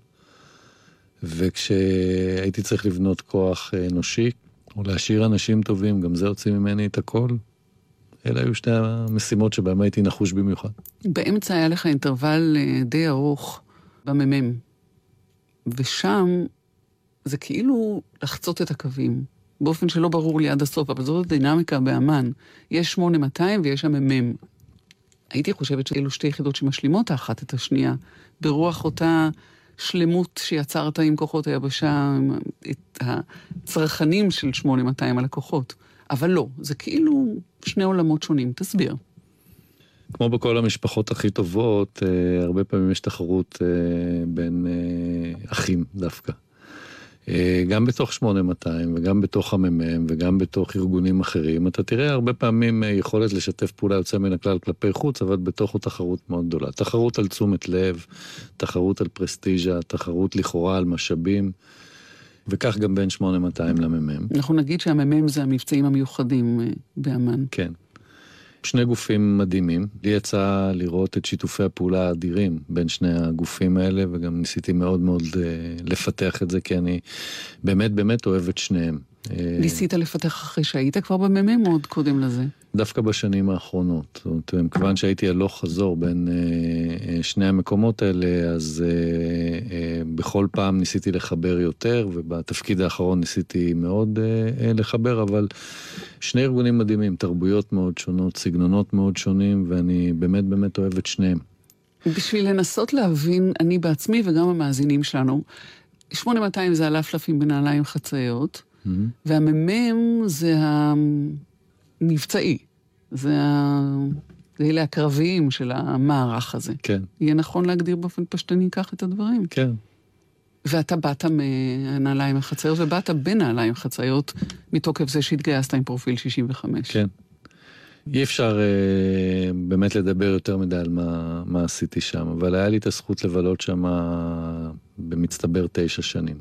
וכשהייתי צריך לבנות כוח אנושי, או להשאיר אנשים טובים, גם זה הוציא ממני את הכל. אלה היו שתי המשימות שבהם הייתי נחוש במיוחד. באמצע היה לך אינטרוול די ארוך בממם, ושם זה כאילו לחצות את הקווים, באופן שלא ברור לי עד הסוף, אבל זאת הדינמיקה באמן. יש 8200 ויש הממם. הייתי חושבת שאלו שתי יחידות שמשלימות האחת את השנייה, ברוח אותה שלמות שיצרת עם כוחות היבשה, את הצרכנים של 8200 על הכוחות. אבל לא, זה כאילו שני עולמות שונים. תסביר. כמו בכל המשפחות הכי טובות, הרבה פעמים יש תחרות בין אחים דווקא. גם בתוך 8200 וגם בתוך הממם וגם בתוך ארגונים אחרים, אתה תראה הרבה פעמים יכולת לשתף פעולה יוצא מן הכלל כלפי חוץ, אבל בתוכו תחרות מאוד גדולה. תחרות על תשומת לב, תחרות על פרסטיג'ה, תחרות לכאורה על משאבים, וכך גם בין 8200 לממם. אנחנו נגיד שהממם זה המבצעים המיוחדים באמן. כן. שני גופים מדהימים. לי יצא לראות את שיתופי הפעולה האדירים בין שני הגופים האלה, וגם ניסיתי מאוד מאוד לפתח את זה, כי אני באמת אוהב את שניהם. ניסית לפתח אחרי שהיית כבר בממם או עוד קודם לזה? דווקא בשנים האחרונות. זאת אומרת, כיוון שהייתי הלוך חזור בין שני המקומות האלה, אז בכל פעם ניסיתי לחבר יותר, ובתפקיד האחרון ניסיתי מאוד לחבר, אבל שני ארגונים מדהימים, תרבויות מאוד שונות, סגנונות מאוד שונים, ואני באמת אוהב את שניהם. בשביל לנסות להבין, אני בעצמי וגם המאזינים שלנו, 8200 זה הלפלפים בנעליים חצאיות, והממם זה המבצעי, זה אלה הקרביים של המערך הזה. כן. יהיה נכון להגדיר באופן פשטני כך את הדברים. כן. ואתה באת מהנעליים החצאיות, ובאת בנעליים חצאיות, מתוקף זה שהתגייסת עם פרופיל 65. כן. אי אפשר באמת לדבר יותר מדי על מה עשיתי שם, אבל היה לי את הזכות לבלות שם במצטבר 9 שנים.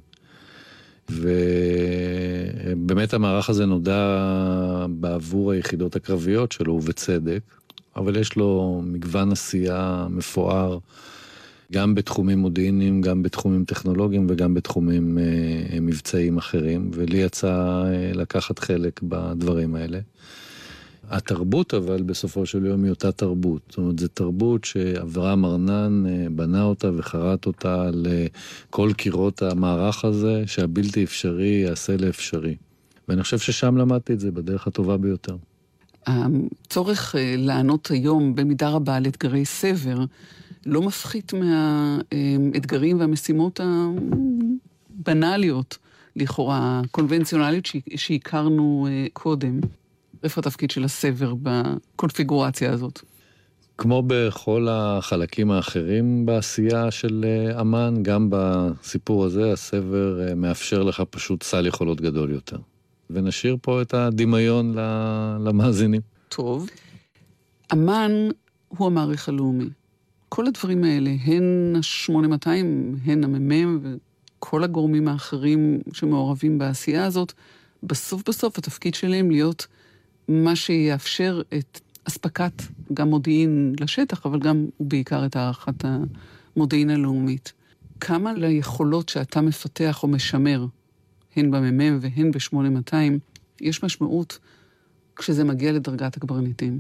ובאמת המערך הזה נודע בעבור היחידות הקרביות שלו, ובצדק, אבל יש לו מגוון עשייה מפואר, גם בתחומים מודיעיניים, גם בתחומים טכנולוגיים, וגם בתחומים מבצעיים אחרים, ולי יצא לקחת חלק בדברים האלה. התרבות אבל בסופו של יום היא אותה תרבות. זאת אומרת, זו תרבות שאברהם ארנן בנה אותה וחרט אותה לכל קירות המערך הזה, שהבלתי אפשרי יעשה לאפשרי. ואני חושב ששם למדתי את זה בדרך הטובה ביותר. הצורך לענות היום במידה רבה על אתגרי סבר, לא מפחית מהאתגרים והמשימות הבנליות, לכאורה, הקונבנציונליות שהכרנו קודם. איפה התפקיד של הסבר בקונפיגורציה הזאת? כמו בכל החלקים האחרים בעשייה של אמן, גם בסיפור הזה הסבר מאפשר לך פשוט סל יכולות גדול יותר. ונשאיר פה את הדמיון למאזינים. טוב. אמן הוא המעריך הלאומי. כל הדברים האלה, הן ה-8200, הן הממם וכל הגורמים האחרים שמעורבים בעשייה הזאת, בסוף התפקיד שלהם להיות מה שיאפשר את אספקת גם מודיעין לשטח, אבל גם ובעיקר את הערכת המודיעין הלאומית. כמה ליכולות שאתה מפתח או משמר, הן בממם והן ב-8200, יש משמעות כשזה מגיע לדרגת הקברניטים?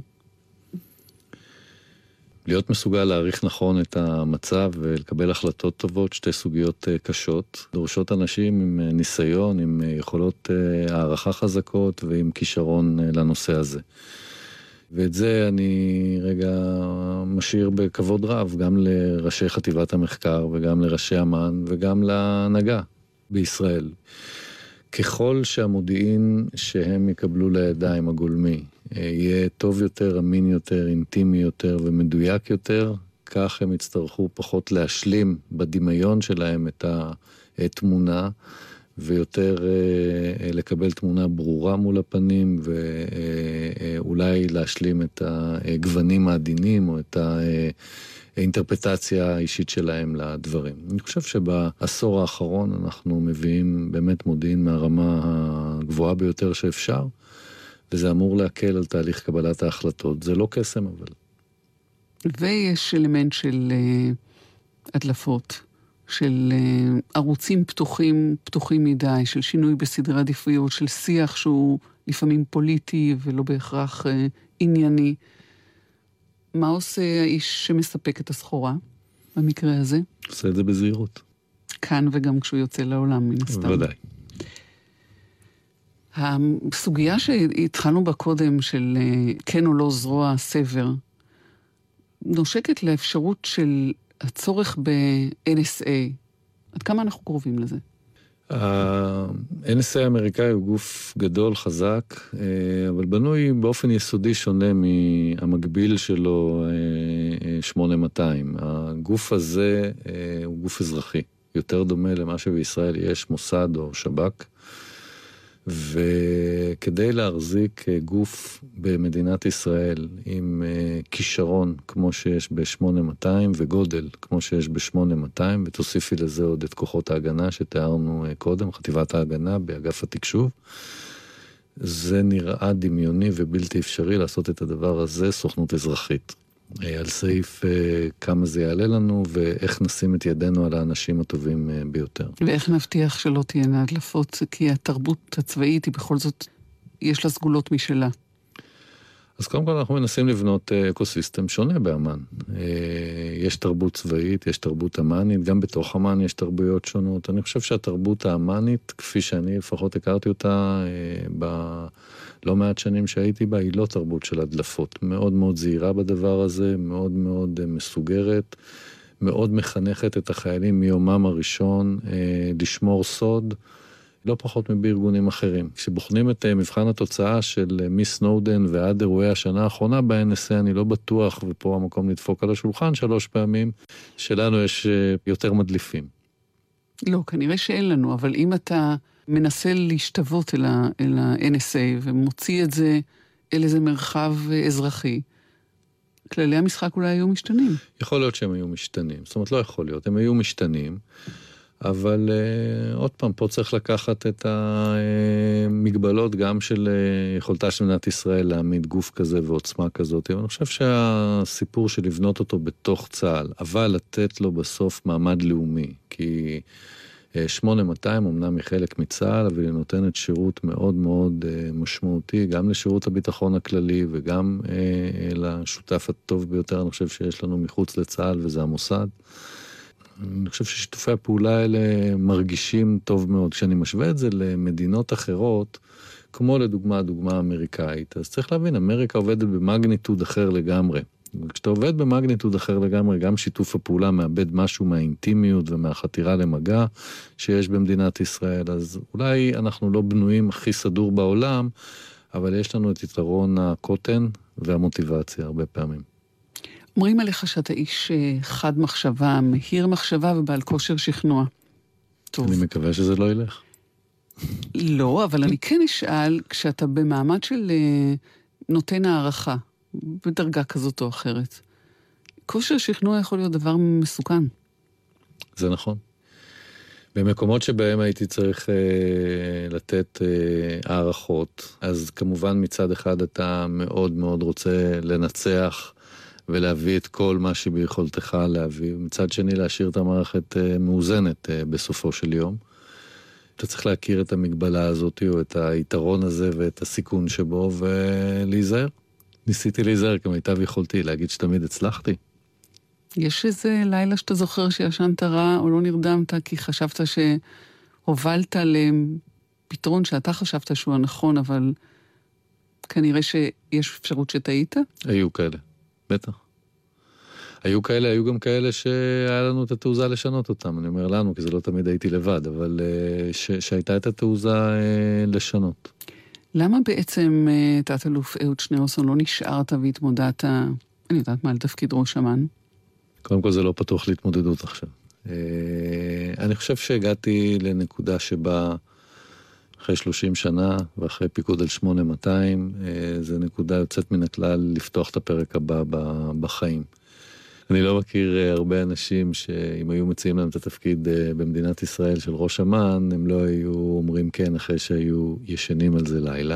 להיות מסוגל להעריך נכון את המצב ולקבל החלטות טובות, שתי סוגיות קשות, דורשות אנשים עם ניסיון, עם יכולות הערכה חזקות ועם כישרון לנושא הזה. ואת זה אני רגע משאיר בכבוד רב, גם לראשי חטיבת המחקר וגם לראשי אמן וגם להנהגה בישראל. ככל שהמודיעין שהם יקבלו לידיים הגולמי יהיה טוב יותר, אמין יותר, אינטימי יותר ומדויק יותר, כך הם יצטרכו פחות להשלים בדמיון שלהם את התמונה, ויותר לקבל תמונה ברורה מול הפנים, ואולי להשלים את הגוונים העדינים, או את האינטרפטציה האישית שלהם לדברים. אני חושב שבעשור האחרון אנחנו מביאים באמת מודיעין מהרמה הגבוהה ביותר שאפשר, וזה אמור להקל על תהליך קבלת ההחלטות. זה לא קסם, אבל. ויש אלמנט של הדלפות, של ערוצים פתוחים מדי, של שינוי בסדרי עדיפויות, של שיח שהוא לפעמים פוליטי ולא בהכרח ענייני. מה עושה האיש שמספק את הסחורה במקרה הזה? עושה את זה בזהירות. כאן וגם כשהוא יוצא לעולם, מן הסתם. ודאי. הסוגיה שהתחלנו בה קודם של כן או לא זרוע סבר, נושקת לאפשרות של הצורך ב-NSA. עד כמה אנחנו קרובים לזה? ה-NSA האמריקאי הוא גוף גדול, חזק, אבל בנוי באופן יסודי שונה מהמקביל שלו 8200. הגוף הזה הוא גוף אזרחי, יותר דומה למה שבישראל יש מוסד או שב"כ, וכדי להחזיק גוף במדינת ישראל עם כישרון כמו שיש ב-8200 וגודל כמו שיש ב-8200, ותוסיפי לזה עוד את כוחות ההגנה שתיארנו קודם, חטיבת ההגנה באגף התקשוב, זה נראה דמיוני ובלתי אפשרי לעשות את הדבר הזה סוכנות אזרחית. על סעיף כמה זה יעלה לנו ואיך נשים את ידינו על האנשים הטובים ביותר. ואיך נבטיח שלא תהיינה הדלפות, כי התרבות הצבאית היא בכל זאת, יש לה סגולות משלה. אז קודם כל אנחנו מנסים לבנות אקוסיסטם שונה באמן. יש תרבות צבאית, יש תרבות אמנית, גם בתוך אמן יש תרבויות שונות. אני חושב שהתרבות האמנית, כפי שאני לפחות הכרתי אותה לא מעט שנים שהייתי בה, היא לא תרבות של הדלפות. מאוד מאוד זהירה בדבר הזה, מאוד מאוד מסוגרת, מאוד מחנכת את החיילים מיומם הראשון לשמור סוד, לא פחות מבארגונים אחרים. כשבוחנים את מבחן התוצאה של סנודן ועד אירועי השנה האחרונה ב-NSA, אני לא בטוח, ופה המקום לדפוק על השולחן 3 פעמים, שלנו יש יותר מדליפים. לא, כנראה שאין לנו, אבל אם אתה מנסה להשתוות אל ה-NSA ומוציא את זה אל איזה מרחב אזרחי, כללי המשחק אולי היו משתנים. יכול להיות שהם היו משתנים, זאת אומרת לא יכול להיות, הם היו משתנים, אבל עוד פעם, פה צריך לקחת את המגבלות גם של יכולתה של מדינת ישראל להעמיד גוף כזה ועוצמה כזאת. אני חושב שהסיפור של לבנות אותו בתוך צה"ל, אבל לתת לו בסוף מעמד לאומי, כי 8200 אמנם היא חלק מצה"ל, אבל היא נותנת שירות מאוד מאוד משמעותי, גם לשירות הביטחון הכללי וגם לשותף הטוב ביותר, אני חושב שיש לנו מחוץ לצה"ל, וזה המוסד. אני חושב ששיתופי הפעולה האלה מרגישים טוב מאוד. כשאני משווה את זה למדינות אחרות, כמו לדוגמה הדוגמה האמריקאית, אז צריך להבין, אמריקה עובדת במגניטוד אחר לגמרי. וכשאתה עובד במגניטוד אחר לגמרי, גם שיתוף הפעולה מאבד משהו מהאינטימיות ומהחתירה למגע שיש במדינת ישראל. אז אולי אנחנו לא בנויים הכי סדור בעולם, אבל יש לנו את יתרון הקוטן והמוטיבציה הרבה פעמים. אומרים עליך שאתה איש חד מחשבה, מהיר מחשבה ובעל כושר שכנוע. טוב. אני מקווה שזה לא ילך. לא, אבל אני כן אשאל, כשאתה במעמד של נותן הערכה, בדרגה כזאת או אחרת, כושר שכנוע יכול להיות דבר מסוכן. זה נכון. במקומות שבהם הייתי צריך לתת הערכות, אז כמובן מצד אחד אתה מאוד מאוד רוצה לנצח, ולהביא את כל מה שביכולתך להביא, ומצד שני להשאיר את המערכת מאוזנת בסופו של יום. אתה צריך להכיר את המגבלה הזאת, או את היתרון הזה ואת הסיכון שבו, ולהיזהר. ניסיתי להיזהר כמיטב יכולתי, להגיד שתמיד הצלחתי. יש איזה לילה שאתה זוכר שישנת רע או לא נרדמת, כי חשבת שהובלת לפתרון שאתה חשבת שהוא הנכון, אבל כנראה שיש אפשרות שטעית? היו כאלה. בטח. היו כאלה, היו גם כאלה שהיה לנו את התעוזה לשנות אותם. אני אומר לנו, כי זה לא תמיד הייתי לבד, אבל שהייתה את התעוזה לשנות. למה בעצם תת-אלוף אהוד שניאורסון לא נשארת והתמודדת, אני יודעת מה, לתפקיד ראש אמ"ן? קודם כל זה לא פתוח להתמודדות עכשיו. אני חושב שהגעתי לנקודה שבה אחרי 30 שנה ואחרי פיקוד על 8200, זה נקודה יוצאת מן הכלל לפתוח את הפרק הבא בחיים. אני לא מכיר הרבה אנשים שאם היו מציעים להם את התפקיד במדינת ישראל של ראש אמ"ן, הם לא היו אומרים כן אחרי שהיו ישנים על זה לילה.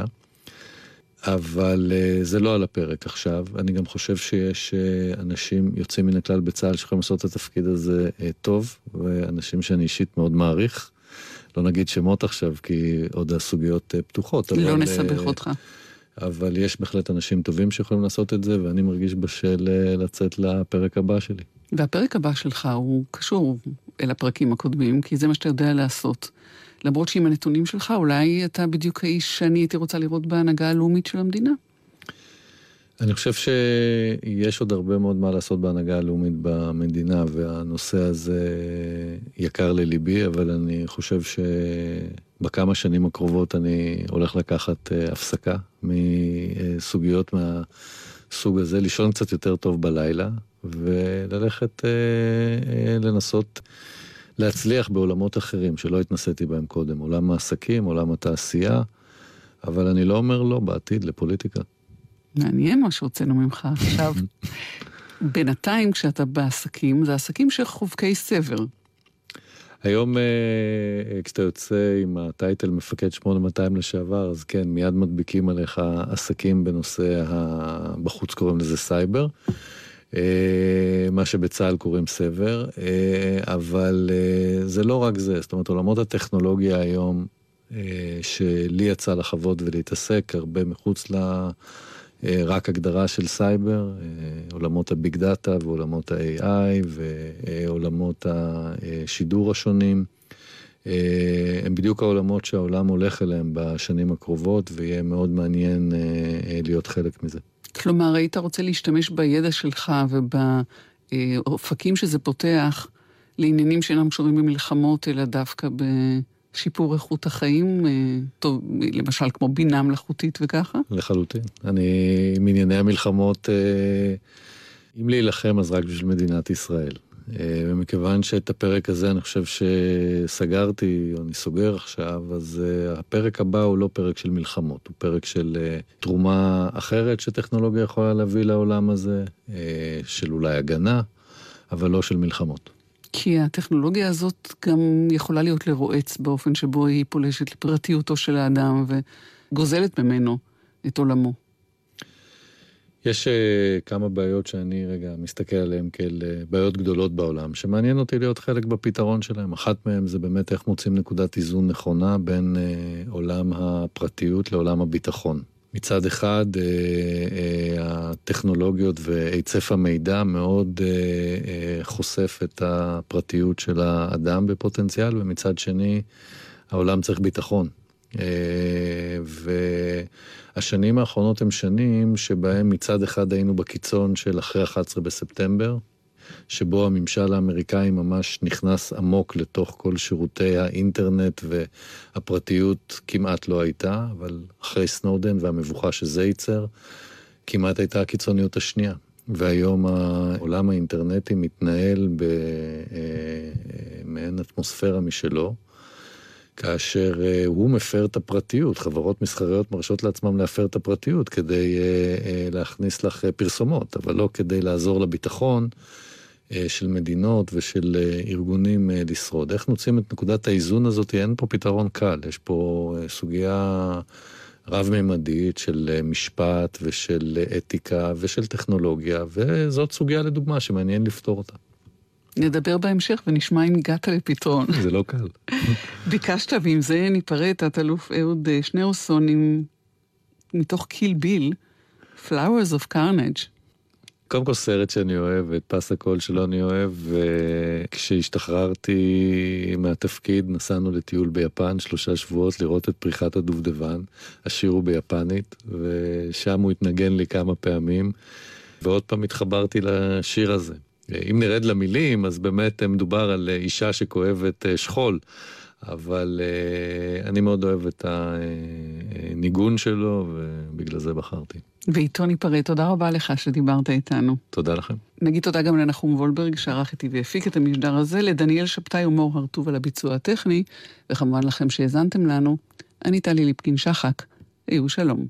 אבל זה לא על הפרק עכשיו. אני גם חושב שיש אנשים יוצאים מן הכלל בצה"ל שיכולים לעשות את התפקיד הזה טוב, ואנשים שאני אישית מאוד מעריך. לא נגיד שמות עכשיו, כי עוד הסוגיות פתוחות. לא נסבך אותך. אבל יש בהחלט אנשים טובים שיכולים לעשות את זה, ואני מרגיש בשל לצאת לפרק הבא שלי. והפרק הבא שלך הוא קשור אל הפרקים הקודמים, כי זה מה שאתה יודע לעשות. למרות שעם הנתונים שלך, אולי אתה בדיוק האיש שאני הייתי רוצה לראות בהנהגה הלאומית של המדינה. אני חושב שיש עוד הרבה מאוד מה לעשות בהנהגה הלאומית במדינה, והנושא הזה יקר לליבי, אבל אני חושב שבכמה שנים הקרובות אני הולך לקחת הפסקה מסוגיות מהסוג הזה, לישון קצת יותר טוב בלילה, וללכת לנסות להצליח בעולמות אחרים שלא התנסיתי בהם קודם, עולם העסקים, עולם התעשייה, אבל אני לא אומר לא בעתיד לפוליטיקה. מעניין מה שהוצאנו ממך עכשיו. בינתיים כשאתה בעסקים, זה עסקים של חובקי סבר. היום כשאתה יוצא עם הטייטל מפקד 8200 לשעבר, אז כן, מיד מדביקים עליך עסקים בנושא, בחוץ קוראים לזה סייבר, מה שבצהל קוראים סבר, אבל זה לא רק זה, זאת אומרת, עולמות הטכנולוגיה היום, שלי יצא לחוות ולהתעסק הרבה מחוץ רק הגדרה של סייבר, עולמות הביג דאטה ועולמות ה-AI ועולמות השידור השונים, הם בדיוק העולמות שהעולם הולך אליהם בשנים הקרובות, ויהיה מאוד מעניין להיות חלק מזה. כלומר, היית רוצה להשתמש בידע שלך ובאופקים שזה פותח לעניינים שאינם קשורים במלחמות, אלא דווקא שיפור איכות החיים, טוב, למשל כמו בינה מלאכותית וככה? לחלוטין. אני, מענייני המלחמות, אם להילחם אז רק בשביל מדינת ישראל. ומכיוון שאת הפרק הזה אני חושב שסגרתי, או אני סוגר עכשיו, אז הפרק הבא הוא לא פרק של מלחמות, הוא פרק של תרומה אחרת שטכנולוגיה יכולה להביא לעולם הזה, של אולי הגנה, אבל לא של מלחמות. כי הטכנולוגיה הזאת גם יכולה להיות לרועץ באופן שבו היא פולשת לפרטיותו של האדם וגוזלת ממנו את עולמו. יש כמה בעיות שאני רגע מסתכל עליהן כאל בעיות גדולות בעולם, שמעניין אותי להיות חלק בפתרון שלהם. אחת מהן זה באמת איך מוצאים נקודת איזון נכונה בין עולם הפרטיות לעולם הביטחון. מצד אחד, הטכנולוגיות והיצף המידע מאוד חושף את הפרטיות של האדם בפוטנציאל, ומצד שני, העולם צריך ביטחון. והשנים האחרונות הם שנים שבהם מצד אחד היינו בקיצון של אחרי 11 בספטמבר, שבו הממשל האמריקאי ממש נכנס עמוק לתוך כל שירותי האינטרנט, והפרטיות כמעט לא הייתה, אבל אחרי סנודן והמבוכה שזה ייצר, כמעט הייתה הקיצוניות השנייה. והיום העולם האינטרנטי מתנהל במעין אטמוספירה משלו, כאשר הוא מפר את הפרטיות. חברות מסחריות מרשות לעצמם להפר את הפרטיות כדי להכניס לך פרסומות, אבל לא כדי לעזור לביטחון של מדינות ושל ארגונים לשרוד. איך נוצאים את נקודת האיזון הזאת? אין פה פתרון קל. יש פה סוגיה רב-ממדית של משפט ושל אתיקה ושל טכנולוגיה, וזאת סוגיה לדוגמה שמעניין לפתור אותה. נדבר בהמשך ונשמע אם הגעת לפתרון. זה לא קל. ביקשת, ועם זה ניפרד, תת-אלוף אהוד שניאורסון, מתוך קיל ביל, Flowers of Carnage. קודם כל סרט שאני אוהב, את פס הקול שלו אני אוהב, וכשהשתחררתי מהתפקיד נסענו לטיול ביפן 3 שבועות לראות את פריחת הדובדבן, השיר הוא ביפנית, ושם הוא התנגן לי כמה פעמים, ועוד פעם התחברתי לשיר הזה. אם נרד למילים, אז באמת מדובר על אישה שכואבת שכול, אבל אני מאוד אוהב את הניגון שלו, ובגלל זה בחרתי. ואיתו ניפרד, תודה רבה לך שדיברת איתנו. תודה לכם. נגיד תודה גם לנחום וולברג שערך איתי והפיק את המשדר הזה, לדניאל שבתאי ומור הרטוב על הביצוע הטכני, וכמובן לכם שהזנתם לנו. אני טלי ליפקין שחק, היו שלום.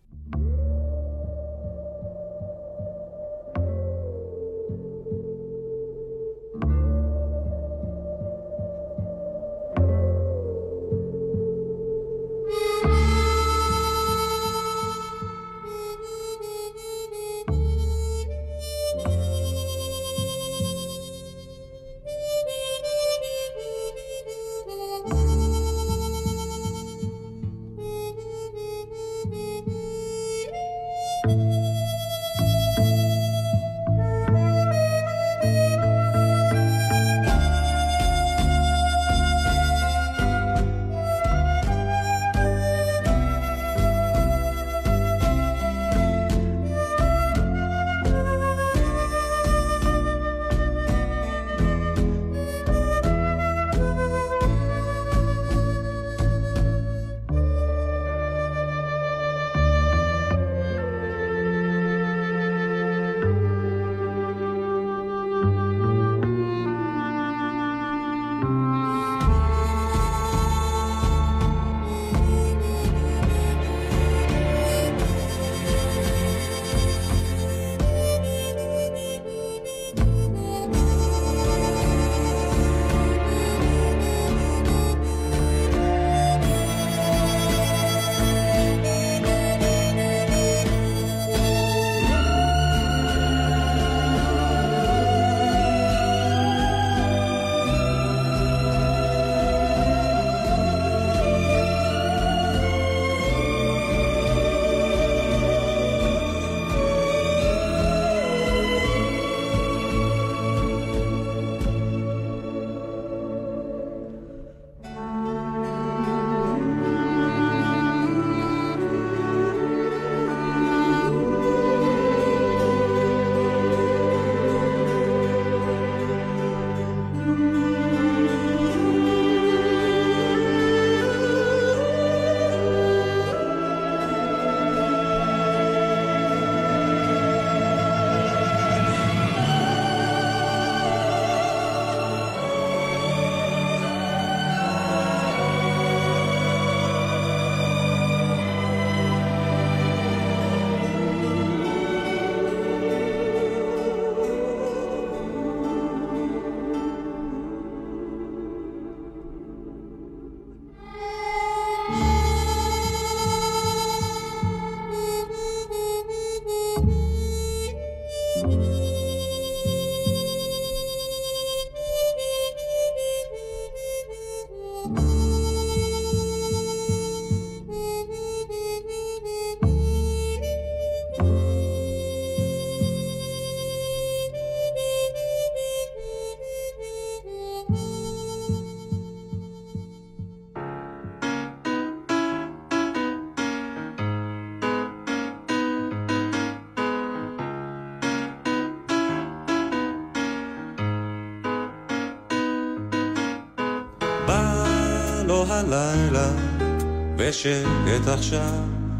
לא הלילה ושקט עכשיו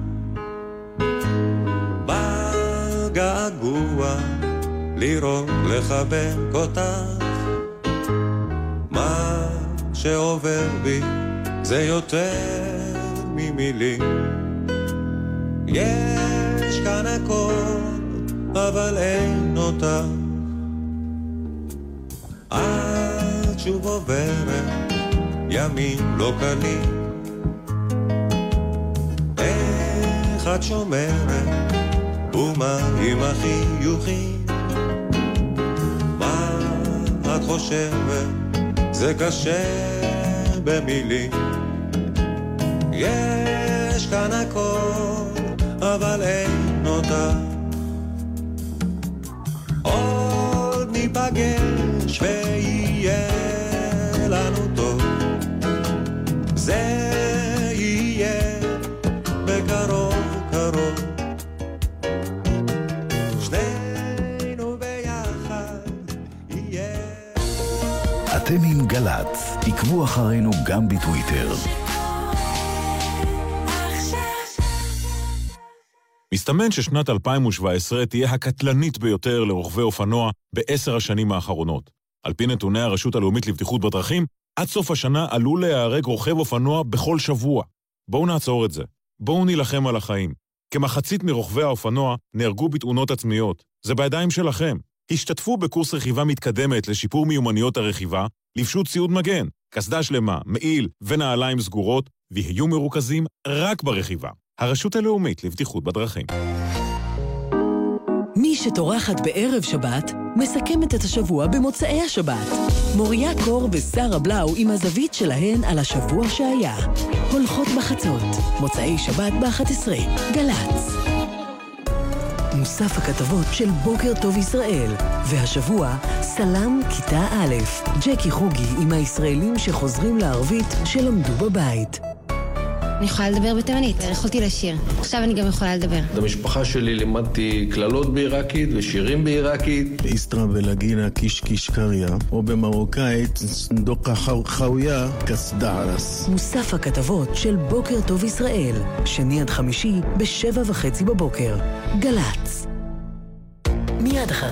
בגעגוע לראות לחבק אותך מה שעובר בי זה יותר ממילים יש כאן הכל אבל אין אותך את שוב עוברת ימים לא קלים איך את שומרת ומה עם החיוכים מה את חושבת זה קשה במילים יש כאן הכל אבל אין אותך עוד ניפגש ויהיה לנו טוב זה יהיה בקרוב קרוב שנינו ביחד יהיה אתם עם גלץ, עקבו אחרינו גם בטוויטר. מסתמן ששנת 2017 תהיה הקטלנית ביותר לרוכבי אופנוע ב10 השנים האחרונות. על פי נתוני הרשות הלאומית לבטיחות בדרכים, עד סוף השנה עלול להיהרג רוכב אופנוע בכל שבוע. בואו נעצור את זה. בואו נילחם על החיים. כמחצית מרוכבי האופנוע נהרגו בתאונות עצמיות. זה בידיים שלכם. השתתפו בקורס רכיבה מתקדמת לשיפור מיומנויות הרכיבה, לבשו ציוד מגן, קסדה שלמה, מעיל ונעליים סגורות, ויהיו מרוכזים רק ברכיבה. הרשות הלאומית לבטיחות בדרכים. מי שטורחת בערב שבת, מסכמת את השבוע במוצאי השבת. מוריה קור ושרה בלאו עם הזווית שלהן על השבוע שהיה. הולכות בחצות, מוצאי שבת ב-11, גלץ. מוסף הכתבות של בוקר טוב ישראל, והשבוע סלם כיתה א', ג'קי חוגי עם הישראלים שחוזרים לערבית שלמדו בבית. אני יכולה לדבר בתימנית, יכולתי לשיר. עכשיו אני גם יכולה לדבר. במשפחה שלי לימדתי כללות בעיראקית ושירים בעיראקית. באיסטרה ולגינה קיש קיש קריה, או במרוקאית סנדוקה חאויה כסדערס. מוסף הכתבות של בוקר טוב ישראל, שני עד חמישי ב7:30 בבוקר. גלץ. מיד אחרי